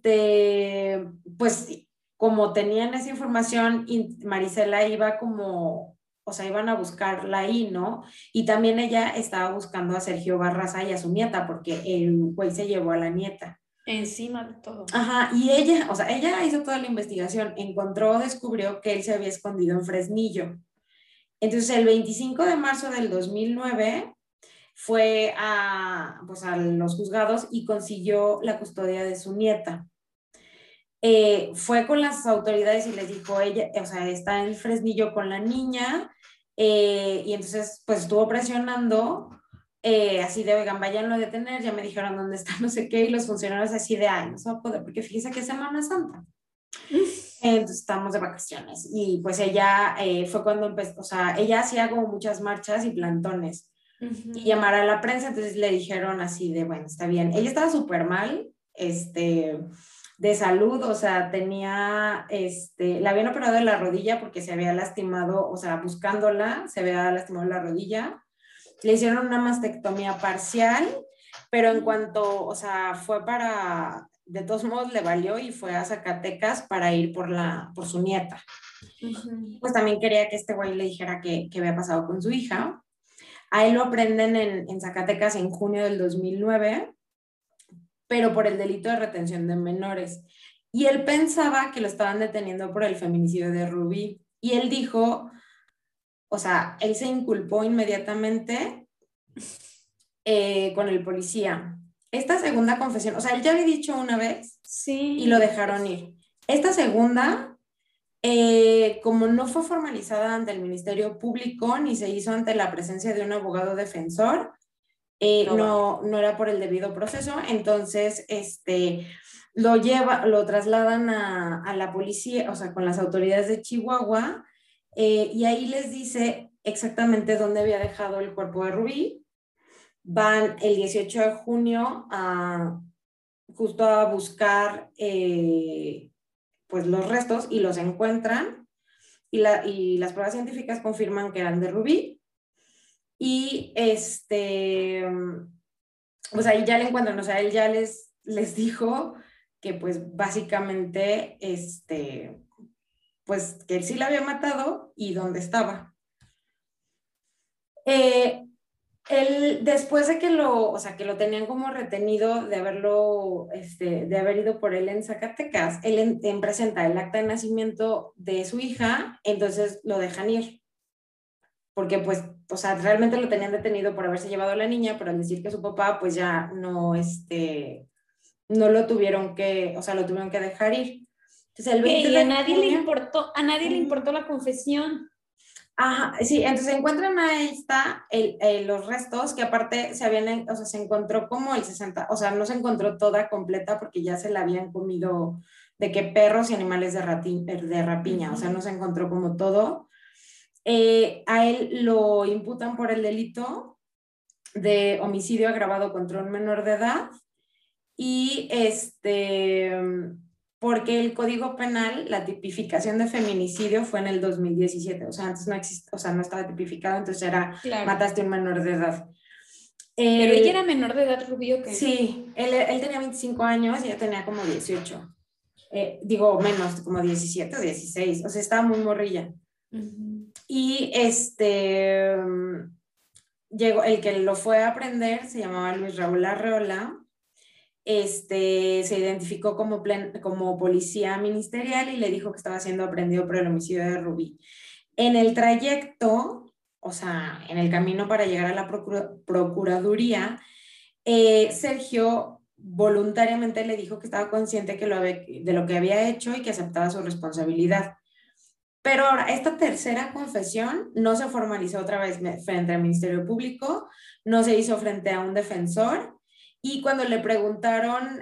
pues como tenían esa información, Marisela iba como, o sea, iban a buscarla ahí, ¿no? Y también ella estaba buscando a Sergio Barraza y a su nieta, porque el güey se llevó a la nieta. Encima de todo. Ajá, y ella, o sea, ella hizo toda la investigación, descubrió que él se había escondido en Fresnillo. Entonces, el 25 de marzo del 2009 fue pues a los juzgados y consiguió la custodia de su nieta. Fue con las autoridades y les dijo, ella, o sea, está en Fresnillo con la niña, y entonces pues estuvo presionando, así de, oigan, váyanlo a detener, ya me dijeron dónde está, no sé qué, y los funcionarios así de, ay, no se va a poder, porque fíjese que es Semana Santa. Entonces estamos de vacaciones y pues ella fue cuando empezó, o sea, ella hacía como muchas marchas y plantones y llamar a la prensa, entonces le dijeron así de, bueno, está bien. Ella estaba súper mal, de salud, o sea, tenía, la habían operado de la rodilla porque se había lastimado, o sea, buscándola, se había lastimado la rodilla. Le hicieron una mastectomía parcial, pero en cuanto, o sea, fue para de todos modos le valió y fue a Zacatecas para ir por su nieta. Pues también quería que este güey le dijera qué había pasado con su hija. A él lo aprenden en Zacatecas en junio del 2009, pero por el delito de retención de menores. Y él pensaba que lo estaban deteniendo por el feminicidio de Rubí. Y él dijo, o sea, él se inculpó inmediatamente con el policía. Esta segunda confesión, o sea, él ya había dicho una vez y lo dejaron ir. Esta segunda, como no fue formalizada ante el Ministerio Público ni se hizo ante la presencia de un abogado defensor, no era por el debido proceso, entonces lo trasladan a la policía, o sea, con las autoridades de Chihuahua, y ahí les dice exactamente dónde había dejado el cuerpo de Rubí. Van el 18 de junio justo a buscar pues los restos y los encuentran, y las pruebas científicas confirman que eran de Rubí. Y pues ahí ya le encuentran, o sea, él ya les dijo que pues básicamente, pues que él sí la había matado y dónde estaba. Él, después de que o sea, que lo tenían como retenido de haber ido por él en Zacatecas, él presenta el acta de nacimiento de su hija, entonces lo dejan ir. Porque pues, o sea, realmente lo tenían detenido por haberse llevado a la niña, pero al decir que su papá, pues ya no, no lo tuvieron que, o sea, lo tuvieron que dejar ir. Entonces el 20 y de a nadie junio, le importó la confesión. Ajá, sí, entonces encuentran ahí está los restos que aparte o sea, se encontró como el 60, o sea, no se encontró toda completa porque ya se la habían comido de que perros y animales de rapiña, o sea, no se encontró como todo. A él lo imputan por el delito de homicidio agravado contra un menor de edad y porque el Código Penal, la tipificación de feminicidio fue en el 2017, o sea, antes no existe, o sea, no estaba tipificado, entonces era mataste a un menor de edad. Pero ella era menor de edad, Rubí, ¿o qué? Sí, él tenía 25 años y ella tenía como 18. Digo, menos, como 17 o 16, o sea, estaba muy morrilla. Y llegó, el que lo fue a aprender se llamaba Luis Raúl Arreola, se identificó como policía ministerial y le dijo que estaba siendo aprendido por el homicidio de Rubí. En el trayecto, o sea, en el camino para llegar a la procuraduría, Sergio voluntariamente le dijo que estaba consciente de lo que había hecho y que aceptaba su responsabilidad. Pero ahora, esta tercera confesión no se formalizó otra vez frente al Ministerio Público, no se hizo frente a un defensor, y cuando le preguntaron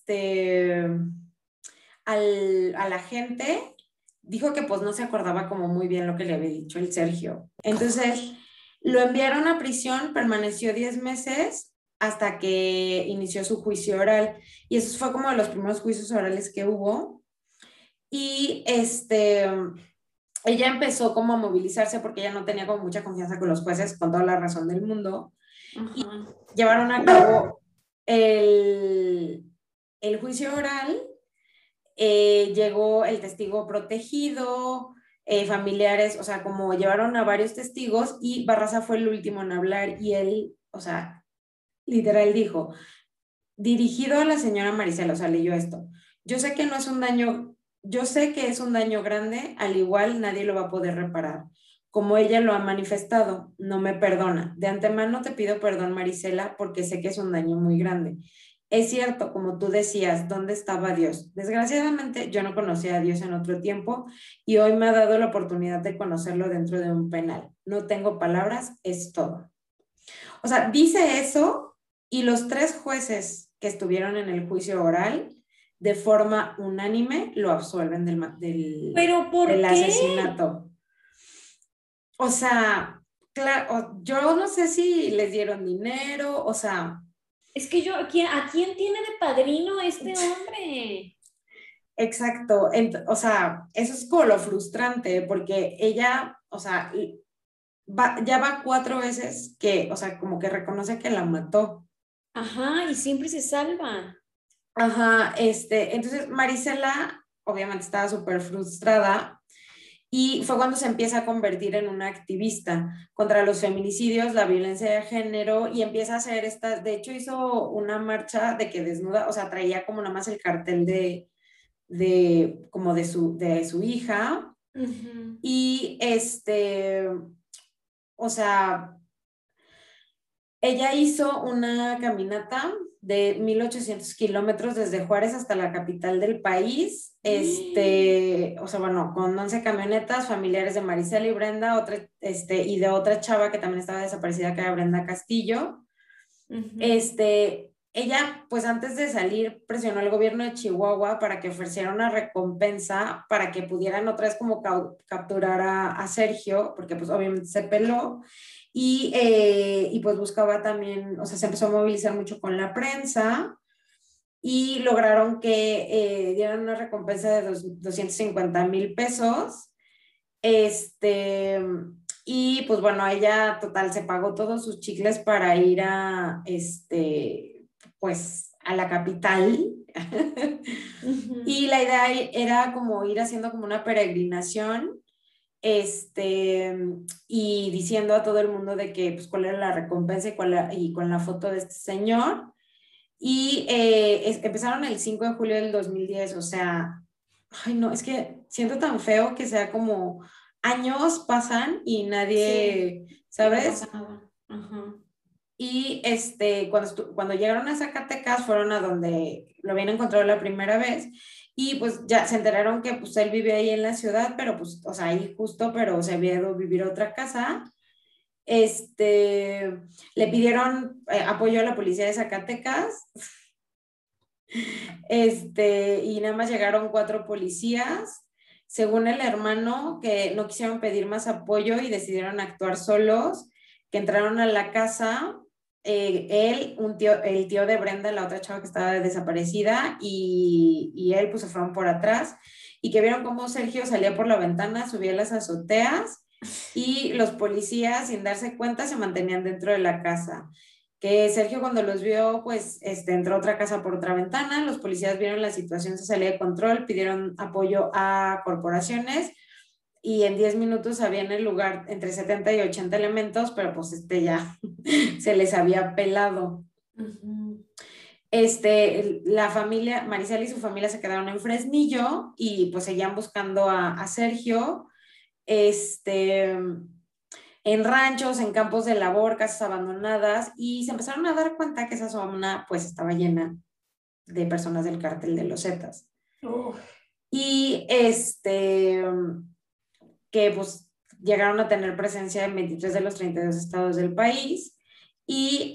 a la gente, dijo que pues no se acordaba como muy bien lo que le había dicho el Sergio. Entonces, lo enviaron a prisión, permaneció 10 meses hasta que inició su juicio oral, y eso fue como de los primeros juicios orales que hubo. Y ella empezó como a movilizarse porque ella no tenía como mucha confianza con los jueces, con toda la razón del mundo. Y llevaron a cabo el juicio oral, llegó el testigo protegido, familiares, o sea, como llevaron a varios testigos, y Barraza fue el último en hablar, y él, o sea, literal dijo, dirigido a la señora Maricela, o sea, leyó esto: yo sé que no es un daño, yo sé que es un daño grande, al igual nadie lo va a poder reparar. Como ella lo ha manifestado, no me perdona. De antemano te pido perdón, Maricela, porque sé que es un daño muy grande. Es cierto, como tú decías, ¿dónde estaba Dios? Desgraciadamente, yo no conocía a Dios en otro tiempo y hoy me ha dado la oportunidad de conocerlo dentro de un penal. No tengo palabras, es todo. O sea, dice eso, y los 3 jueces que estuvieron en el juicio oral, de forma unánime, lo absuelven ¿Pero por del qué? asesinato. O sea, claro, yo no sé si les dieron dinero, o sea... Es que ¿a quién tiene de padrino este hombre? Exacto, o sea, eso es como lo frustrante, porque ella, o sea, ya va 4 veces que, o sea, como que reconoce que la mató. Ajá, y siempre se salva. Ajá, entonces Marisela obviamente estaba súper frustrada y fue cuando se empieza a convertir en una activista contra los feminicidios, la violencia de género y empieza a hacer de hecho hizo una marcha de que desnuda, o sea, traía como nada más el cartel como de su hija y o sea, ella hizo una caminata de 1,800 kilómetros desde Juárez hasta la capital del país, o sea, bueno, con 11 camionetas, familiares de Marisela y Brenda, y de otra chava que también estaba desaparecida, que era Brenda Castillo. Ella, pues antes de salir, presionó al gobierno de Chihuahua para que ofreciera una recompensa para que pudieran otra vez como capturar a Sergio, porque pues obviamente se peló y pues buscaba también, o sea, se empezó a movilizar mucho con la prensa y lograron que dieran una recompensa de 250,000 pesos. Y pues bueno, ella total se pagó todos sus chicles para ir pues a la capital. Y la idea era como ir haciendo como una peregrinación, y diciendo a todo el mundo de que pues cuál era la recompensa y con la foto de este señor. Y empezaron el 5 de julio del 2010, o sea, ay no, es que siento tan feo que sea como años pasan y nadie, sí, ¿sabes? no pasa nada. Ajá. Y cuando llegaron a Zacatecas fueron a donde lo habían encontrado la primera vez y pues ya se enteraron que pues él vive ahí en la ciudad, pero pues, o sea, ahí justo, pero se había ido a vivir a otra casa. Le pidieron apoyo a la policía de Zacatecas, y nada más llegaron 4 policías. Según el hermano, que no quisieron pedir más apoyo y decidieron actuar solos, que entraron a la casa, él, el tío de Brenda, la otra chava que estaba desaparecida, y él pues se fueron por atrás y que vieron cómo Sergio salía por la ventana, subía a las azoteas y los policías, sin darse cuenta, se mantenían dentro de la casa. Que Sergio cuando los vio, pues entró a otra casa por otra ventana, los policías vieron la situación, se salía de control, pidieron apoyo a corporaciones y en 10 minutos había en el lugar entre 70 y 80 elementos, pero pues ya se les había pelado. La familia, Marisela y su familia se quedaron en Fresnillo y pues seguían buscando a Sergio, en ranchos, en campos de labor, casas abandonadas, y se empezaron a dar cuenta que esa zona pues estaba llena de personas del cártel de los Zetas. Y que pues llegaron a tener presencia en 23 de los 32 estados del país y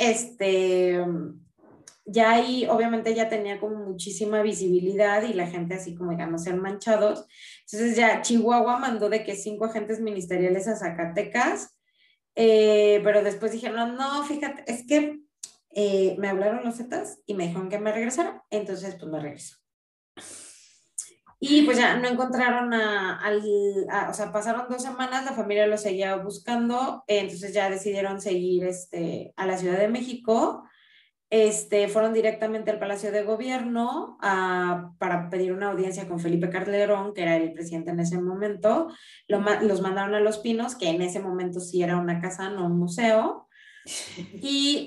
ya ahí obviamente ya tenía como muchísima visibilidad y la gente así como ya no ser manchados. Entonces ya Chihuahua mandó de que 5 agentes ministeriales a Zacatecas, pero después dijeron, no, fíjate, es que me hablaron los Zetas y me dijeron que me regresara, entonces pues me regreso. Y pues ya no encontraron o sea, pasaron 2 semanas, la familia lo seguía buscando, entonces ya decidieron seguir a la Ciudad de México. Fueron directamente al Palacio de Gobierno para pedir una audiencia con Felipe Calderón, que era el presidente en ese momento. Los mandaron a Los Pinos, que en ese momento sí era una casa, no un museo. Y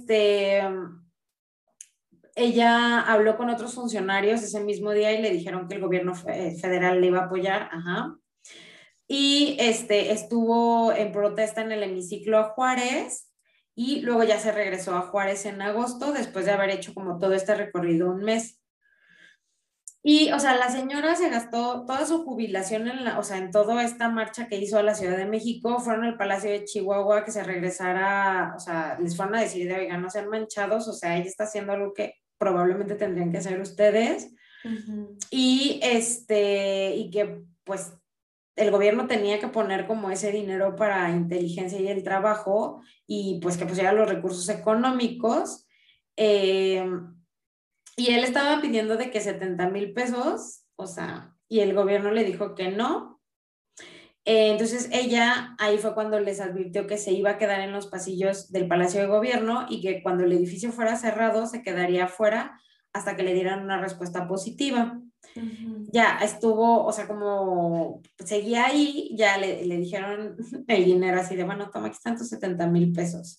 ella habló con otros funcionarios ese mismo día y le dijeron que el gobierno federal le iba a apoyar. Ajá. Y estuvo en protesta en el hemiciclo a Juárez y luego ya se regresó a Juárez en agosto después de haber hecho como todo este recorrido un mes. Y, o sea, la señora se gastó toda su jubilación o sea, en toda esta marcha que hizo a la Ciudad de México, fueron al Palacio de Chihuahua que se regresara, o sea, les fueron a decir de, oigan, no sean manchados, o sea, ella está haciendo algo que probablemente tendrían que hacer ustedes. Y y que pues el gobierno tenía que poner como ese dinero para inteligencia y el trabajo y pues que pusiera los recursos económicos. Y él estaba pidiendo de que 70,000 pesos, o sea, y el gobierno le dijo que no. Entonces ella ahí fue cuando les advirtió que se iba a quedar en los pasillos del Palacio de Gobierno y que cuando el edificio fuera cerrado se quedaría afuera hasta que le dieran una respuesta positiva. Ujú. Ya estuvo, o sea, como seguía ahí, ya le dijeron el dinero así de, bueno, toma, aquí están tus 70,000 pesos.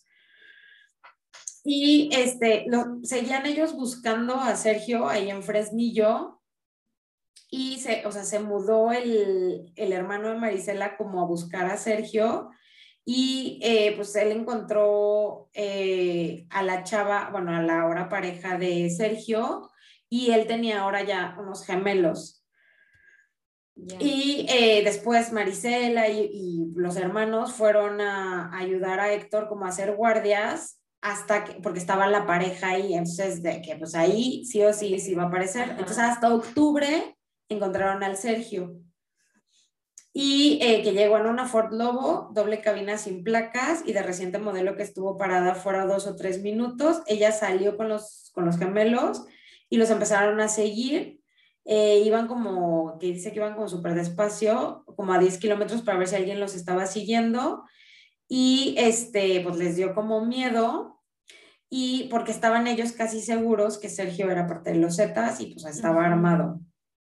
Y seguían ellos buscando a Sergio ahí en Fresnillo y o sea, se mudó el hermano de Marisela como a buscar a Sergio y pues él encontró a la chava, bueno, a la ahora pareja de Sergio y él tenía ahora ya unos gemelos. Yeah. Y después Marisela y los hermanos fueron a ayudar a Héctor como a hacer guardias hasta que, porque estaba la pareja ahí, entonces de que pues ahí sí o sí va a aparecer. Ajá. Entonces hasta octubre encontraron al Sergio y que llegó en una Ford Lobo, doble cabina sin placas y de reciente modelo que estuvo parada fuera 2 o 3 minutos. Ella salió con los gemelos y los empezaron a seguir. Iban como, que dice que iban como súper despacio, como a 10 kilómetros para ver si alguien los estaba siguiendo y pues les dio como miedo y porque estaban ellos casi seguros que Sergio era parte de los Zetas y pues estaba armado.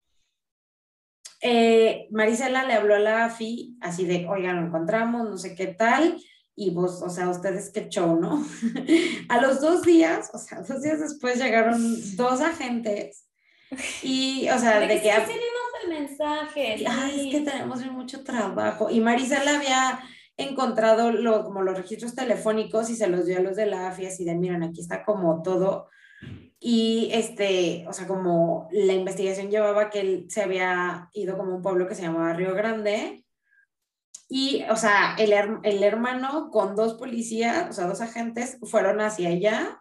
Marisela le habló a la AFI así de, oigan, lo encontramos, no sé qué tal, y pues, o sea, ustedes qué show, ¿no? A los 2 días, o sea, 2 días después llegaron 2 agentes y, o sea, de que... Sí, sí vimos el mensaje. Sí. Ay, es que tenemos mucho trabajo. Y Marisela había encontrado como los registros telefónicos y se los dio a los de la AFI así de, miren, aquí está como todo. Y o sea, como la investigación llevaba que él se había ido como a un pueblo que se llamaba Río Grande. Y, o sea, el hermano con 2 policías, o sea, 2 agentes, fueron hacia allá.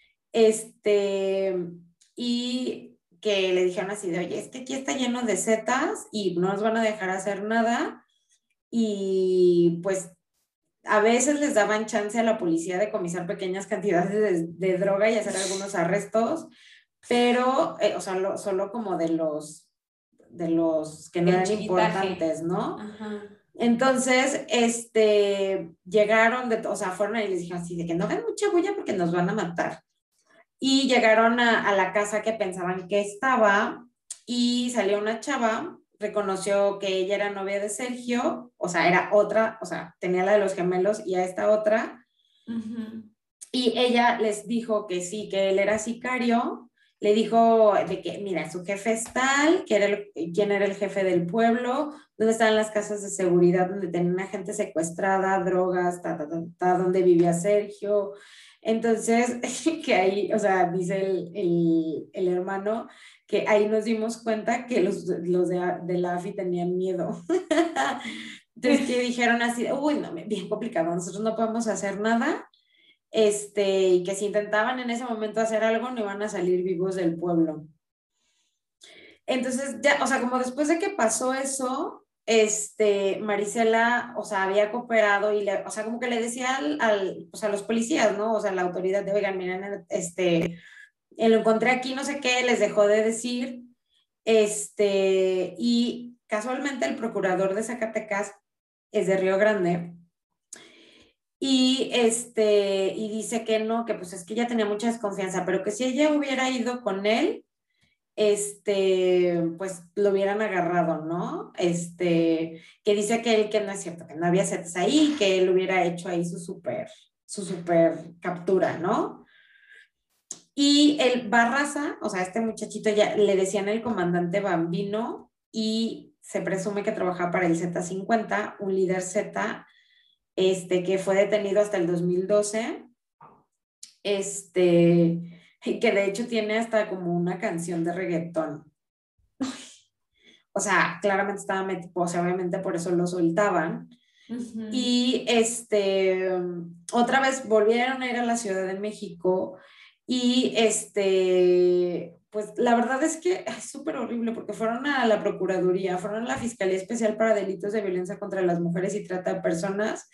Y que le dijeron así de, oye, es que aquí está lleno de zetas y no nos van a dejar hacer nada. Y pues a veces les daban chance a la policía de comisar pequeñas cantidades de droga y hacer algunos arrestos, pero, o sea, solo como de los que no eran importantes, ¿no? Ajá. Entonces, llegaron, o sea, fueron y les dijeron así de que no hagan mucha bulla porque nos van a matar. Y llegaron a la casa que pensaban que estaba y salió una chava, reconoció que ella era novia de Sergio, o sea, era otra, o sea, tenía la de los gemelos y a esta otra. Uh-huh. Y ella les dijo que sí, que él era sicario, le dijo de que, mira, su jefe es tal, que era quién era el jefe del pueblo, dónde estaban las casas de seguridad, donde tenían gente secuestrada, drogas, donde vivía Sergio. Entonces, que ahí, o sea, dice el hermano, que ahí nos dimos cuenta que los de la AFI tenían miedo. Entonces, que dijeron así, uy, no, bien complicado, nosotros no podemos hacer nada. Y que si intentaban en ese momento hacer algo, no iban a salir vivos del pueblo. Entonces, ya, o sea, como después de que pasó eso, Marisela, o sea, había cooperado y, o sea, como que le decía o sea, a los policías, ¿no? O sea, la autoridad de, oigan, miren, lo encontré aquí, no sé qué, les dejó de decir, y casualmente el procurador de Zacatecas es de Río Grande, y dice que no, que pues es que ella tenía mucha desconfianza, pero que si ella hubiera ido con él, pues lo hubieran agarrado, ¿no? Que dice que él, que no es cierto, que no había setas ahí, que él hubiera hecho ahí su super captura, ¿no? Y el Barraza, o sea, este muchachito ya le decían el comandante Bambino y se presume que trabajaba para el Z50, un líder Z, que fue detenido hasta el 2012, que de hecho tiene hasta como una canción de reggaetón. O sea, claramente estaba metido, o sea, obviamente por eso lo soltaban. Uh-huh. Y otra vez volvieron a ir a la Ciudad de México y pues la verdad es que es súper horrible porque fueron a la Procuraduría, fueron a la Fiscalía Especial para Delitos de Violencia contra las Mujeres y Trata de Personas,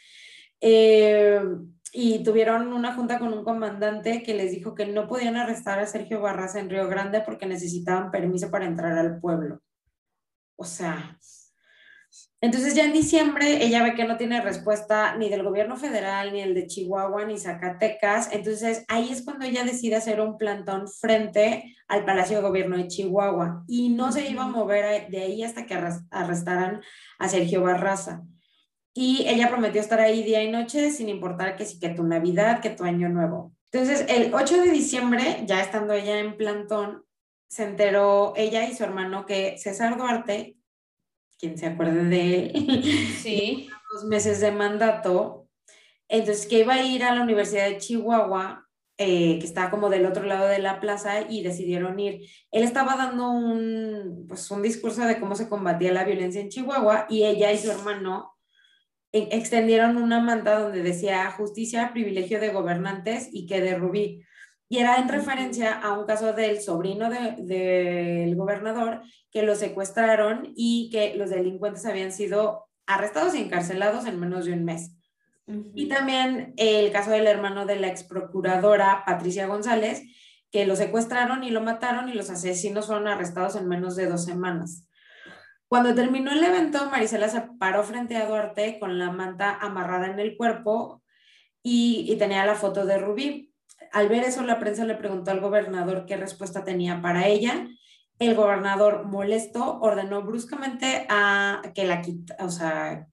y tuvieron una junta con un comandante que les dijo que no podían arrestar a Sergio Barraza en Río Grande porque necesitaban permiso para entrar al pueblo. O sea, Entonces ya en diciembre ella ve que no tiene respuesta ni del gobierno federal, ni el de Chihuahua, ni Zacatecas. Entonces ahí es cuando ella decide hacer un plantón frente al Palacio de Gobierno de Chihuahua y no se iba a mover de ahí hasta que arrestaran a Sergio Barraza. Y ella prometió estar ahí día y noche sin importar que si que tu Navidad, que tu Año Nuevo. Entonces el 8 de diciembre, ya estando ella en plantón, se enteró ella y su hermano que César Duarte, quien se acuerde de él, sí. 2 meses de mandato, entonces que iba a ir a la Universidad de Chihuahua, que estaba como del otro lado de la plaza, y decidieron ir. Él estaba dando pues un discurso de cómo se combatía la violencia en Chihuahua, y ella y su hermano extendieron una manta donde decía justicia, privilegio de gobernantes y que de Rubí. Y era en referencia a un caso del sobrino del gobernador que lo secuestraron y que los delincuentes habían sido arrestados y encarcelados en menos de un mes. Y también el caso del hermano de la exprocuradora Patricia González, que lo secuestraron y lo mataron y los asesinos fueron arrestados en menos de 2 semanas. Cuando terminó el evento, Marisela se paró frente a Duarte con la manta amarrada en el cuerpo y tenía la foto de Rubí. Al ver eso, la prensa le preguntó al gobernador qué respuesta tenía para ella. El gobernador, molesto, ordenó bruscamente a que la quitara, o sea,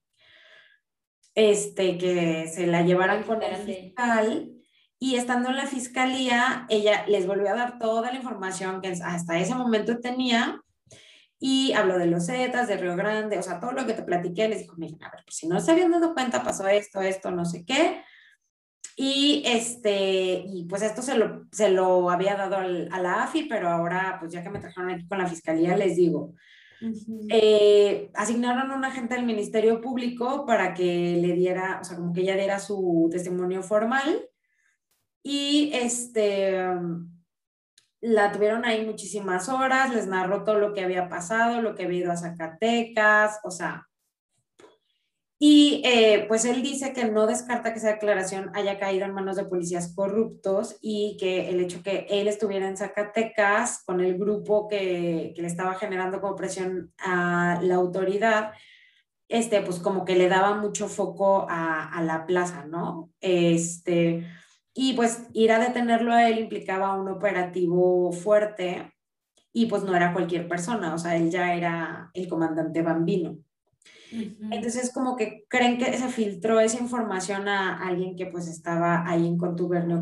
que se la llevaran con el fiscal. Y estando en la fiscalía, ella les volvió a dar toda la información que hasta ese momento tenía. Y habló de los Zetas, de Río Grande, o sea, todo lo que te platiqué, les dijo, miren, a ver, pues si no se habían dado cuenta, pasó esto, no sé qué. Y, y pues esto se lo había dado a la AFI, pero ahora, pues ya que me trajeron aquí con la fiscalía, les digo, asignaron a un agente del Ministerio Público para que le diera, o sea, como que ella diera su testimonio formal. Y la tuvieron ahí muchísimas horas, les narró todo lo que había pasado, lo que había ido a Zacatecas, o sea. Y pues él dice que no descarta que esa declaración haya caído en manos de policías corruptos y que el hecho que él estuviera en Zacatecas con el grupo que le estaba generando como presión a la autoridad, pues como que le daba mucho foco a la plaza, ¿no? Y pues ir a detenerlo a él implicaba un operativo fuerte y pues no era cualquier persona, o sea, él ya era el comandante Bambino. Entonces como que creen que se filtró esa información a alguien que pues estaba ahí en contubernio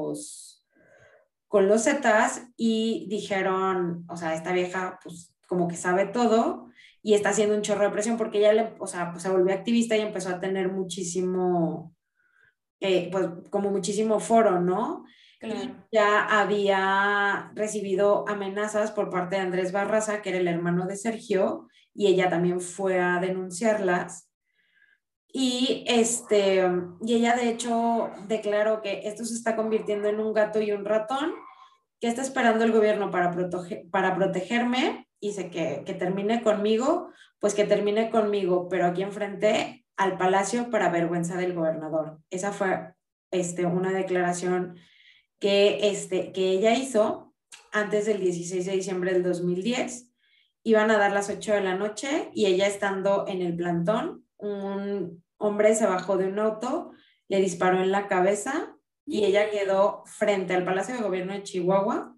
con los Zetas y dijeron, o sea, esta vieja pues como que sabe todo y está haciendo un chorro de presión porque ella, o sea, pues se volvió activista y empezó a tener muchísimo, pues como muchísimo foro, ¿no? Claro. Y ya había recibido amenazas por parte de Andrés Barraza, que era el hermano de Sergio, y ella también fue a denunciarlas. Y ella de hecho declaró que esto se está convirtiendo en un gato y un ratón, que está esperando el gobierno para protegerme, y dice que termine conmigo, pues que termine conmigo, pero aquí enfrente al palacio para vergüenza del gobernador. Esa fue una declaración que ella hizo antes del 16 de diciembre del 2010. Iban a dar las 8 de la noche y ella estando en el plantón, un hombre se bajó de un auto, le disparó en la cabeza y ella quedó frente al Palacio de Gobierno de Chihuahua.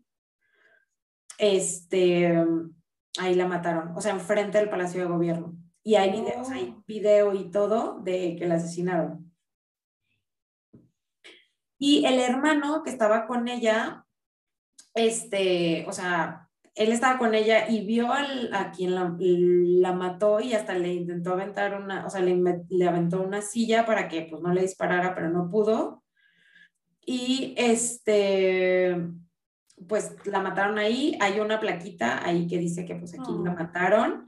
Ahí la mataron, o sea, enfrente del Palacio de Gobierno. Y hay video y todo de que la asesinaron. Y el hermano que estaba con ella, o sea, él estaba con ella y vio a quien la mató y hasta le intentó aventar o sea, le aventó una silla para que pues no le disparara, pero no pudo. Y pues la mataron ahí, hay una plaquita ahí que dice que pues aquí la mataron.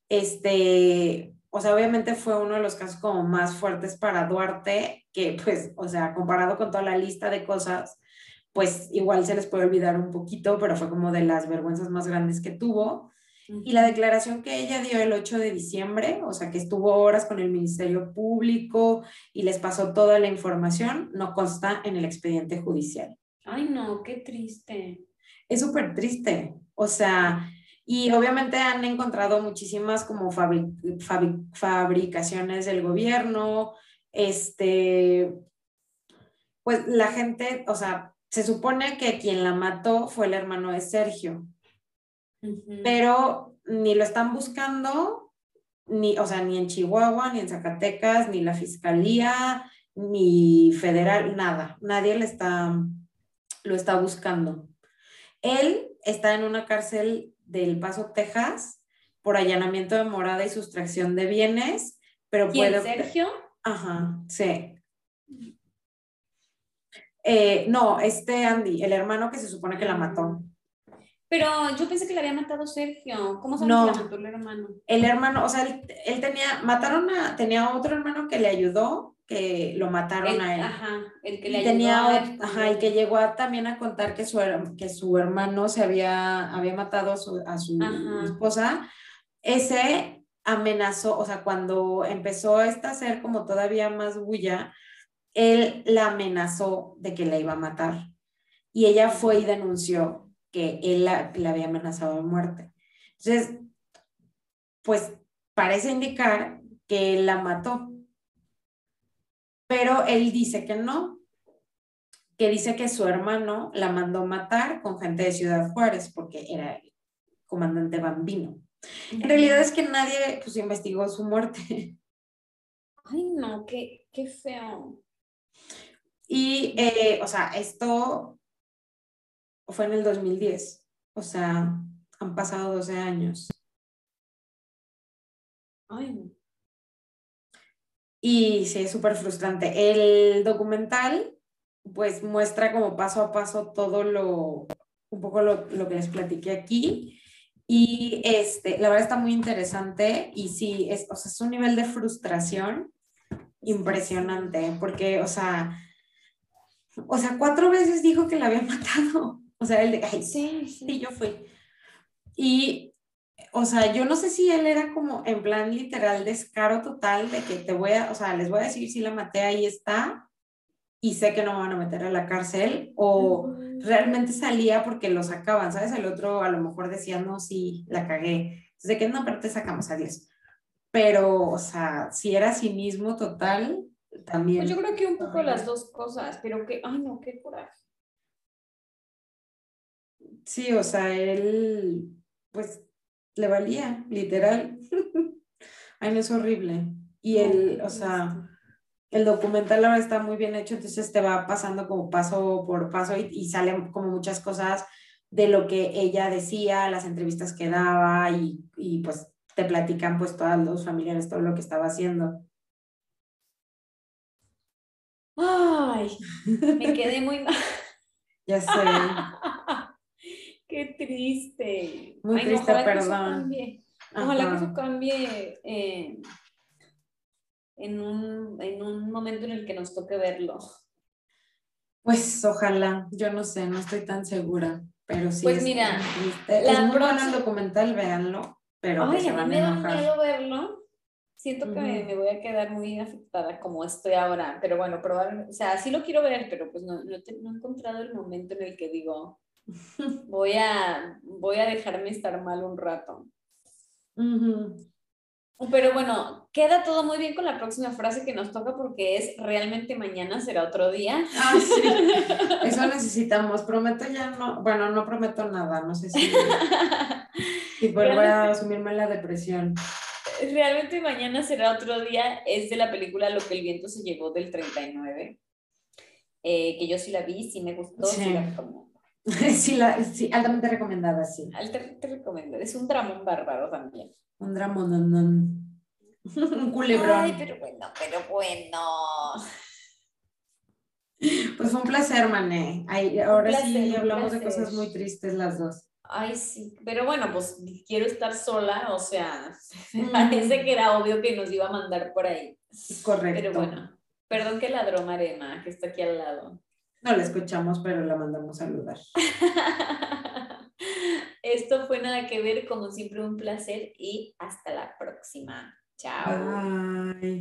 O sea, obviamente fue uno de los casos como más fuertes para Duarte, que pues, o sea, comparado con toda la lista de cosas, pues igual se les puede olvidar un poquito, pero fue como de las vergüenzas más grandes que tuvo. Y la declaración que ella dio el 8 de diciembre, o sea, que estuvo horas con el Ministerio Público y les pasó toda la información, no consta en el expediente judicial. Ay, no, qué triste. Es súper triste. O sea, Y obviamente han encontrado muchísimas como fabricaciones del gobierno, pues la gente, o sea, se supone que quien la mató fue el hermano de Sergio, pero ni lo están buscando, o sea, ni en Chihuahua, ni en Zacatecas, ni la fiscalía, ni federal, nada, nadie lo está buscando. Él está en una cárcel del Paso, Texas, por allanamiento de morada y sustracción de bienes, pero ¿Quién, Sergio? Ajá, sí. No, Andy, el hermano que se supone que la mató. Pero yo pensé que la había matado Sergio. ¿Cómo saben que la mató el hermano? El hermano, o sea, él tenía otro hermano que le ayudó, que lo mataron a él. Ajá, el que le ayudó. El que llegó también a contar que su hermano se había matado a su esposa. Ese amenazó, o sea, cuando empezó a hacer como todavía más bulla, él la amenazó de que la iba a matar. Y ella fue y denunció que él la había amenazado de muerte. Entonces, pues parece indicar que él la mató. Pero él dice que no, que dice que su hermano la mandó matar con gente de Ciudad Juárez porque era el comandante Bambino. En realidad es que nadie pues investigó su muerte. Ay, no, qué feo. Y, o sea, esto fue en el 2010. O sea, han pasado 12 años. Ay, no. Y sí, es súper frustrante. El documental, pues, muestra como paso a paso un poco lo que les platiqué aquí. Y la verdad está muy interesante y sí, o sea, es un nivel de frustración impresionante, porque, o sea, 4 veces dijo que la había matado. O sea, ay, sí, yo fui. Y, o sea, yo no sé si él era como en plan literal descaro total de que o sea, les voy a decir si la maté, ahí está, y sé que no me van a meter a la cárcel, o realmente salía porque lo sacaban, ¿sabes? El otro a lo mejor decía, no, sí, la cagué. Entonces, de que no, pero te sacamos, adiós. Pero, o sea, si era cinismo total, también. Pues yo creo que un poco las dos cosas, pero que, ay no, qué coraje. Sí, o sea, él, pues, le valía, literal. Ay, no, es horrible. Y o sea, el documental ahora está muy bien hecho, entonces te va pasando como paso por paso y salen como muchas cosas de lo que ella decía, las entrevistas que daba y pues te platican pues todos los familiares todo lo que estaba haciendo. Ay, me quedé muy mal. Ya sé. Qué triste. Muy Ay, triste, ojalá perdón. que eso cambie. Ojalá que eso cambie en un momento en el que nos toque verlo. Pues ojalá, yo no sé, no estoy tan segura, pero sí pues es mira, muy triste. Es muy bueno el documental, véanlo, pero pues ay, se a mí van a me da enojar. miedo verlo. Siento que me voy a quedar muy afectada como estoy ahora, pero bueno, probablemente, o sea, sí lo quiero ver, pero pues no he encontrado el momento en el que digo, voy a dejarme estar mal un rato. Pero bueno, queda todo muy bien con la próxima frase que nos toca porque es realmente mañana será otro día. Ah, sí, eso necesitamos. Prometo ya no, bueno, no prometo nada, no sé si vuelvo a asumirme la depresión. Realmente mañana será otro día, es de la película Lo que el viento se llevó del 39, que yo sí la vi, sí me gustó, sí la recomiendo. Sí, altamente recomendada, sí. Te recomiendo, es un dramón bárbaro también. Un dramón, un culebrón. Ay, pero bueno. Pues fue un placer, Mané. Ahora sí hablamos de cosas muy tristes las dos. Ay, sí, pero bueno, pues quiero estar sola, o sea, parece que era obvio que nos iba a mandar por ahí. Correcto. Pero bueno, perdón que ladró Marema, que está aquí al lado. No la escuchamos, pero la mandamos a saludar. Esto fue Nada que Ver, como siempre un placer y hasta la próxima. Chao. Bye.